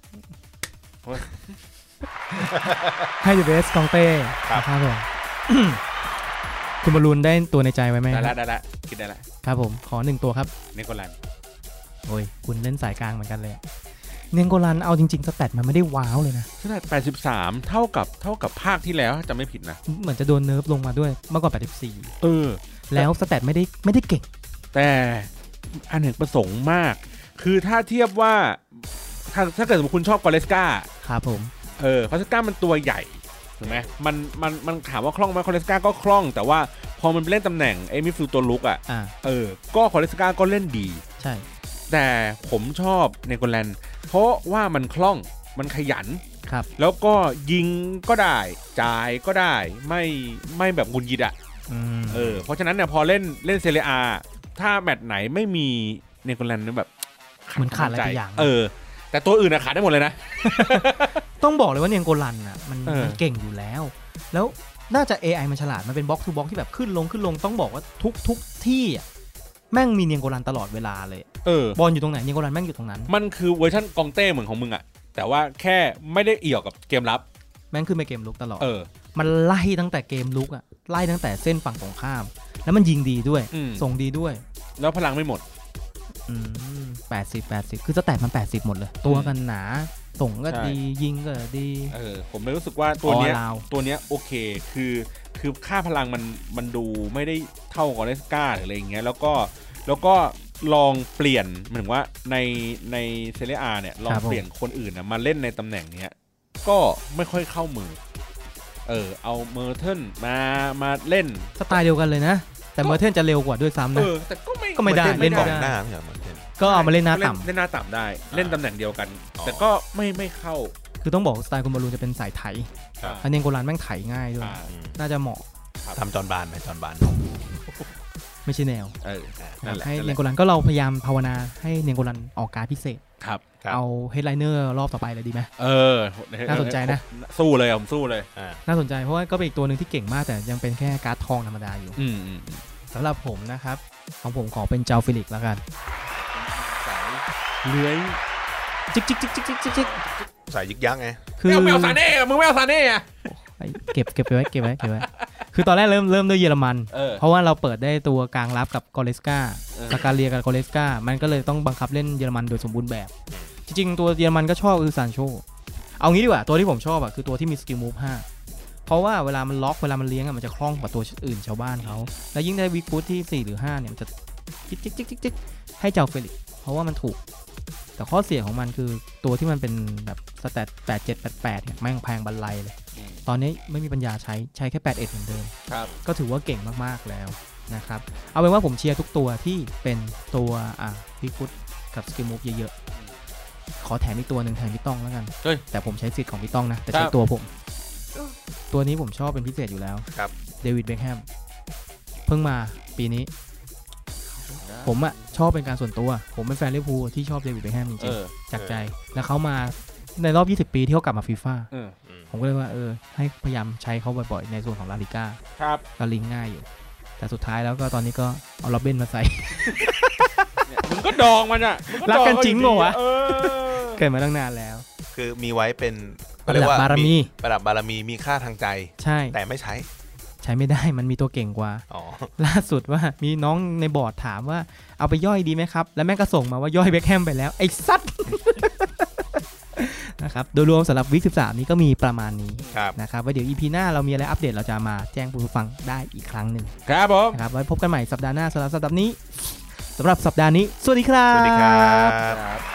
Speaker 3: ให้เดอะเบสกองเต้ครับผมคุณบอลลูนได้ตัวในใจไว้ไหม
Speaker 1: ได้แล้วได้แล้วคิดได้แล้ว
Speaker 3: ครับผมขอหนึ่งตัวครับ
Speaker 1: เนโกลัน
Speaker 3: โอ้ยคุณเล่นสายกลางเหมือนกันเลยเนโกลันเอาจริงๆสแตทมันไม่ได้ว้าวเลยนะ
Speaker 1: สแตทแปดสิบสามเท่ากับเท่ากับภาคที่แล้วจะไม่ผิดนะ
Speaker 3: เหมือนจะโดนเนิร์ฟลงมาด้วยเมื่อก่อนแปดสิบสี่
Speaker 1: เออ
Speaker 3: แล้วสแตทไม่ได้ไม่ได้เก่ง
Speaker 1: แต่อันเนกประสงค์มากคือถ้าเทียบว่าถ้าถ้าเกิดสมมติคุณชอบกอเลสกา
Speaker 3: ครับผม
Speaker 1: เออกอเลสกามันตัวใหญ่ถูกไหมมันมันมันถามว่าคล่องไหมคอเลสกาก็คล่องแต่ว่าพอมันเล่นตำแหน่งไอ้มิดฟิลด์ตัวลุกอ่ะเออก็คอเลสกาก็เล่นดี
Speaker 3: ใช่
Speaker 1: แต่ผมชอบเนโกลันเพราะว่ามันคล่องมันขยัน
Speaker 3: ครับ
Speaker 1: แล้วก็ยิงก็ได้จ่ายก็ได้ไม่ไม่แบบงุนยิดอ่ะเออเพราะฉะนั้นเนี่ยพอเล่นเล่นเซเรียอาถ้าแมตช์ไหนไม่มีเนโกลันเนี่ยแบบ
Speaker 3: มันขาดอะไรอย่าง
Speaker 1: เออแต่ตัวอื่นอะขาดได้หมดเลยนะ
Speaker 3: ต้องบอกเลยว่าเนโกลันอะมันเก่งอยู่แล้วแล้วน่าจะ เอ ไอ มันฉลาดมันเป็นบล็อกทูบล็อกที่แบบขึ้นลงขึ้นลงต้องบอกว่าทุกทุกที่อะแม่งมีเนโกลันตลอดเวลาเลยเออบอลอยู่ตรงไหนเนโกลันแม่งอยู่ตรงนั้น
Speaker 1: มันคือเวอร์ชันกองเต้เหมือนของมึงอะแต่ว่าแค่ไม่ได้เอี่ยวกับเกมรับ
Speaker 3: แม่งขึ้นไปเกมลุกตลอดเออมันไล่ตั้งแต่เกมลุกอะไล่ตั้งแต่เส้นฝั่งตรงข้ามแล้วมันยิงดีด้วยส่งดีด้วย
Speaker 1: แล้วพลังไม่หมด
Speaker 3: อืมแปดสิบ แปดสิบคือสแตทมันแปดสิบหมดเลยตัวกันหนาส่งก็ดียิงก็ดี
Speaker 1: เออผมเลยรู้สึกว่าตัวเนี้ยตัวเนี้ยโอเคคือคือค่าพลังมันมันดูไม่ได้เท่ากับเลสกาหรืออะไรอย่างเงี้ยแล้วก็แล้วก็ลองเปลี่ยนหมายถึงว่าในในเซเรียอาเนี่ยลองเปลี่ยนคนอื่นนะมาเล่นในตำแหน่งเนี้ยก็ไม่ค่อยเข้ามือเออเอาเมอร์เทิลมามาเล่น
Speaker 3: สไตล์เดียวกันเลยนะแต่เมอร์เทิลจะเร็วกว่าด้วยซ้ำนะ
Speaker 1: เออแต่ก็ไม่
Speaker 3: ก็ไม่ได้เล่นไม่ได้ก็เอามาเล่นหน้าต่ำ
Speaker 1: เล่นหน้าต่ำได้เล่นตำแหน่งเดียวกันแต่ก็ไม่ไม่เข้า
Speaker 3: คือต้องบอกสไตล์คุณบอลลูนจะเป็นสายไถอันนี้โกลันแม่งไถง่ายด้วยน่าจะเหมาะ
Speaker 2: ทำจอนบานไหมจอนบาน
Speaker 3: ไม่ใช่แนว
Speaker 1: เออนั่นแหละ
Speaker 3: ให้เนโกลันก็เราพยายามภาวนาให้เนโกลันออกการพิเศษ
Speaker 1: ครับ
Speaker 3: เอาเฮดไลเนอร์รอบต่อไปเลยดีไหม
Speaker 1: เออ
Speaker 3: น่าสนใจนะ
Speaker 1: สู้เลยผมสู้เลย
Speaker 3: น่าสนใจเพราะว่าก็เป็นอีกตัวหนึ่งที่เก่งมากแต่ยังเป็นแค่การ์ดทองธรรมดาอยู่สำหรับผมนะครับของผมขอเป็นเจ้าฟิลิกแล้วกัน
Speaker 1: เลื้อย
Speaker 3: จิกจิกจิกจิกจิกจิก
Speaker 2: สายยึกยักไง
Speaker 1: คือไม่เอาซาเน่มึงไม่เอาซาเน่อะ
Speaker 3: เก็บเก็บไปไว้เก็บไว้เก็บไว้คือตอนแรกเริ่มเริ่มด้วยเยอรมันเพราะว่าเราเปิดได้ตัวกลางรับกับกอเลสกาสกาเลียกับกอเลสกามันก็เลยต้องบังคับเล่นเยอรมันโดยสมบูรณ์แบบจริงๆตัวเยอรมันก็ชอบคือซานโชเอางี้ดีกว่าตัวที่ผมชอบอ่ะคือตัวที่มีสกิลมูฟห้าเพราะว่าเวลามันล็อกเวลามันเลี้ยงอ่ะมันจะคล่องกว่าตัวอื่นชาวบ้านเขาแล้วยิ่งได้วิกฟุตที่สี่หรือห้าเนี่ยมันจะจิ๊กจิ๊กจิ๊กจิ๊กให้เจ้าเฟลิกเพราะว่ามันถูกแต่ข้อเสียของมันคือตัวที่มันเป็นแบบสแตทแปด เจ็ด แปด แปดเนี่ยแม่งแพงบรรลัยเลยตอนนี้ไม่มีปัญญาใช้ใช้แค่แปดสิบเอ็ดเหมือนเดิมก็ถือว่าเก่งมากๆแล้วนะครับเอาเป็นว่าผมเชียร์ทุกตัวที่เป็นตัวอ่ะพิกฟุตกับสกิลมูฟเยอะๆขอแถมอีกตัวหนึ่งแทนพี่ต้องแล้วกันแต่ผมใช้สิทธิ์ของพี่ต้องนะแต่ใช้ตัวผมตัวนี้ผมชอบเป็นพิเศษอยู่แล้วเดวิดเบคแฮมเพิ่งมาปีนี้ผมอ่ะชอบเป็นการส่วนตัวผมเป็นแฟนลิเวอร์พูลที่ชอบเดวิดเบคแฮมจริงๆจากใจแล้วเขามาในรอบยี่สิบปีที่เขากลับมาฟีฟ่าผมก็เลยว่าเออให้พยายามใช้เขาบ่อยๆในส่วนของลาลิก้า
Speaker 1: ครับ
Speaker 3: ก็ลิงก์ง่ายอยู่แต่สุดท้ายแล้วก็ตอนนี้ก็เอาล็อบเบนมาใส่
Speaker 1: มึงก็ดองมันอ่ะ
Speaker 3: รักกันจริงเหรอวะเกิดมาตั้งนานแล้ว
Speaker 2: คือมีไว้เป็น
Speaker 3: ประดับบารมี
Speaker 2: ประดับบารมีมีค่าทางใจ
Speaker 3: ใช่
Speaker 2: แต่ไม่ใช้
Speaker 3: ใช้ไม่ได้มันมีตัวเก่งกว่าล่าสุดว่ามีน้องในบอร์ดถามว่าเอาไปย่อยดีไหมครับแล้วแม่ก็ส่งมาว่าย่อยเบคแฮมไปแล้วไอ้สัตว์นะครับโดยรวมสำหรับวีคสิบสามนี้ก็มีประมาณนี้นะครับไว้เดี๋ยว อี พี หน้าเรามีอะไรอัปเดตเราจะมาแจ้งผู้ฟังได้อีกครั้งหนึ่ง
Speaker 1: ครับผม
Speaker 3: นะครับไว้พบกันใหม่สัปดาห์หน้าสำหรับสัปดาห์นี้สำหรับสัปดาห์นี้สวัสดีครับ
Speaker 2: สวัสดีครับ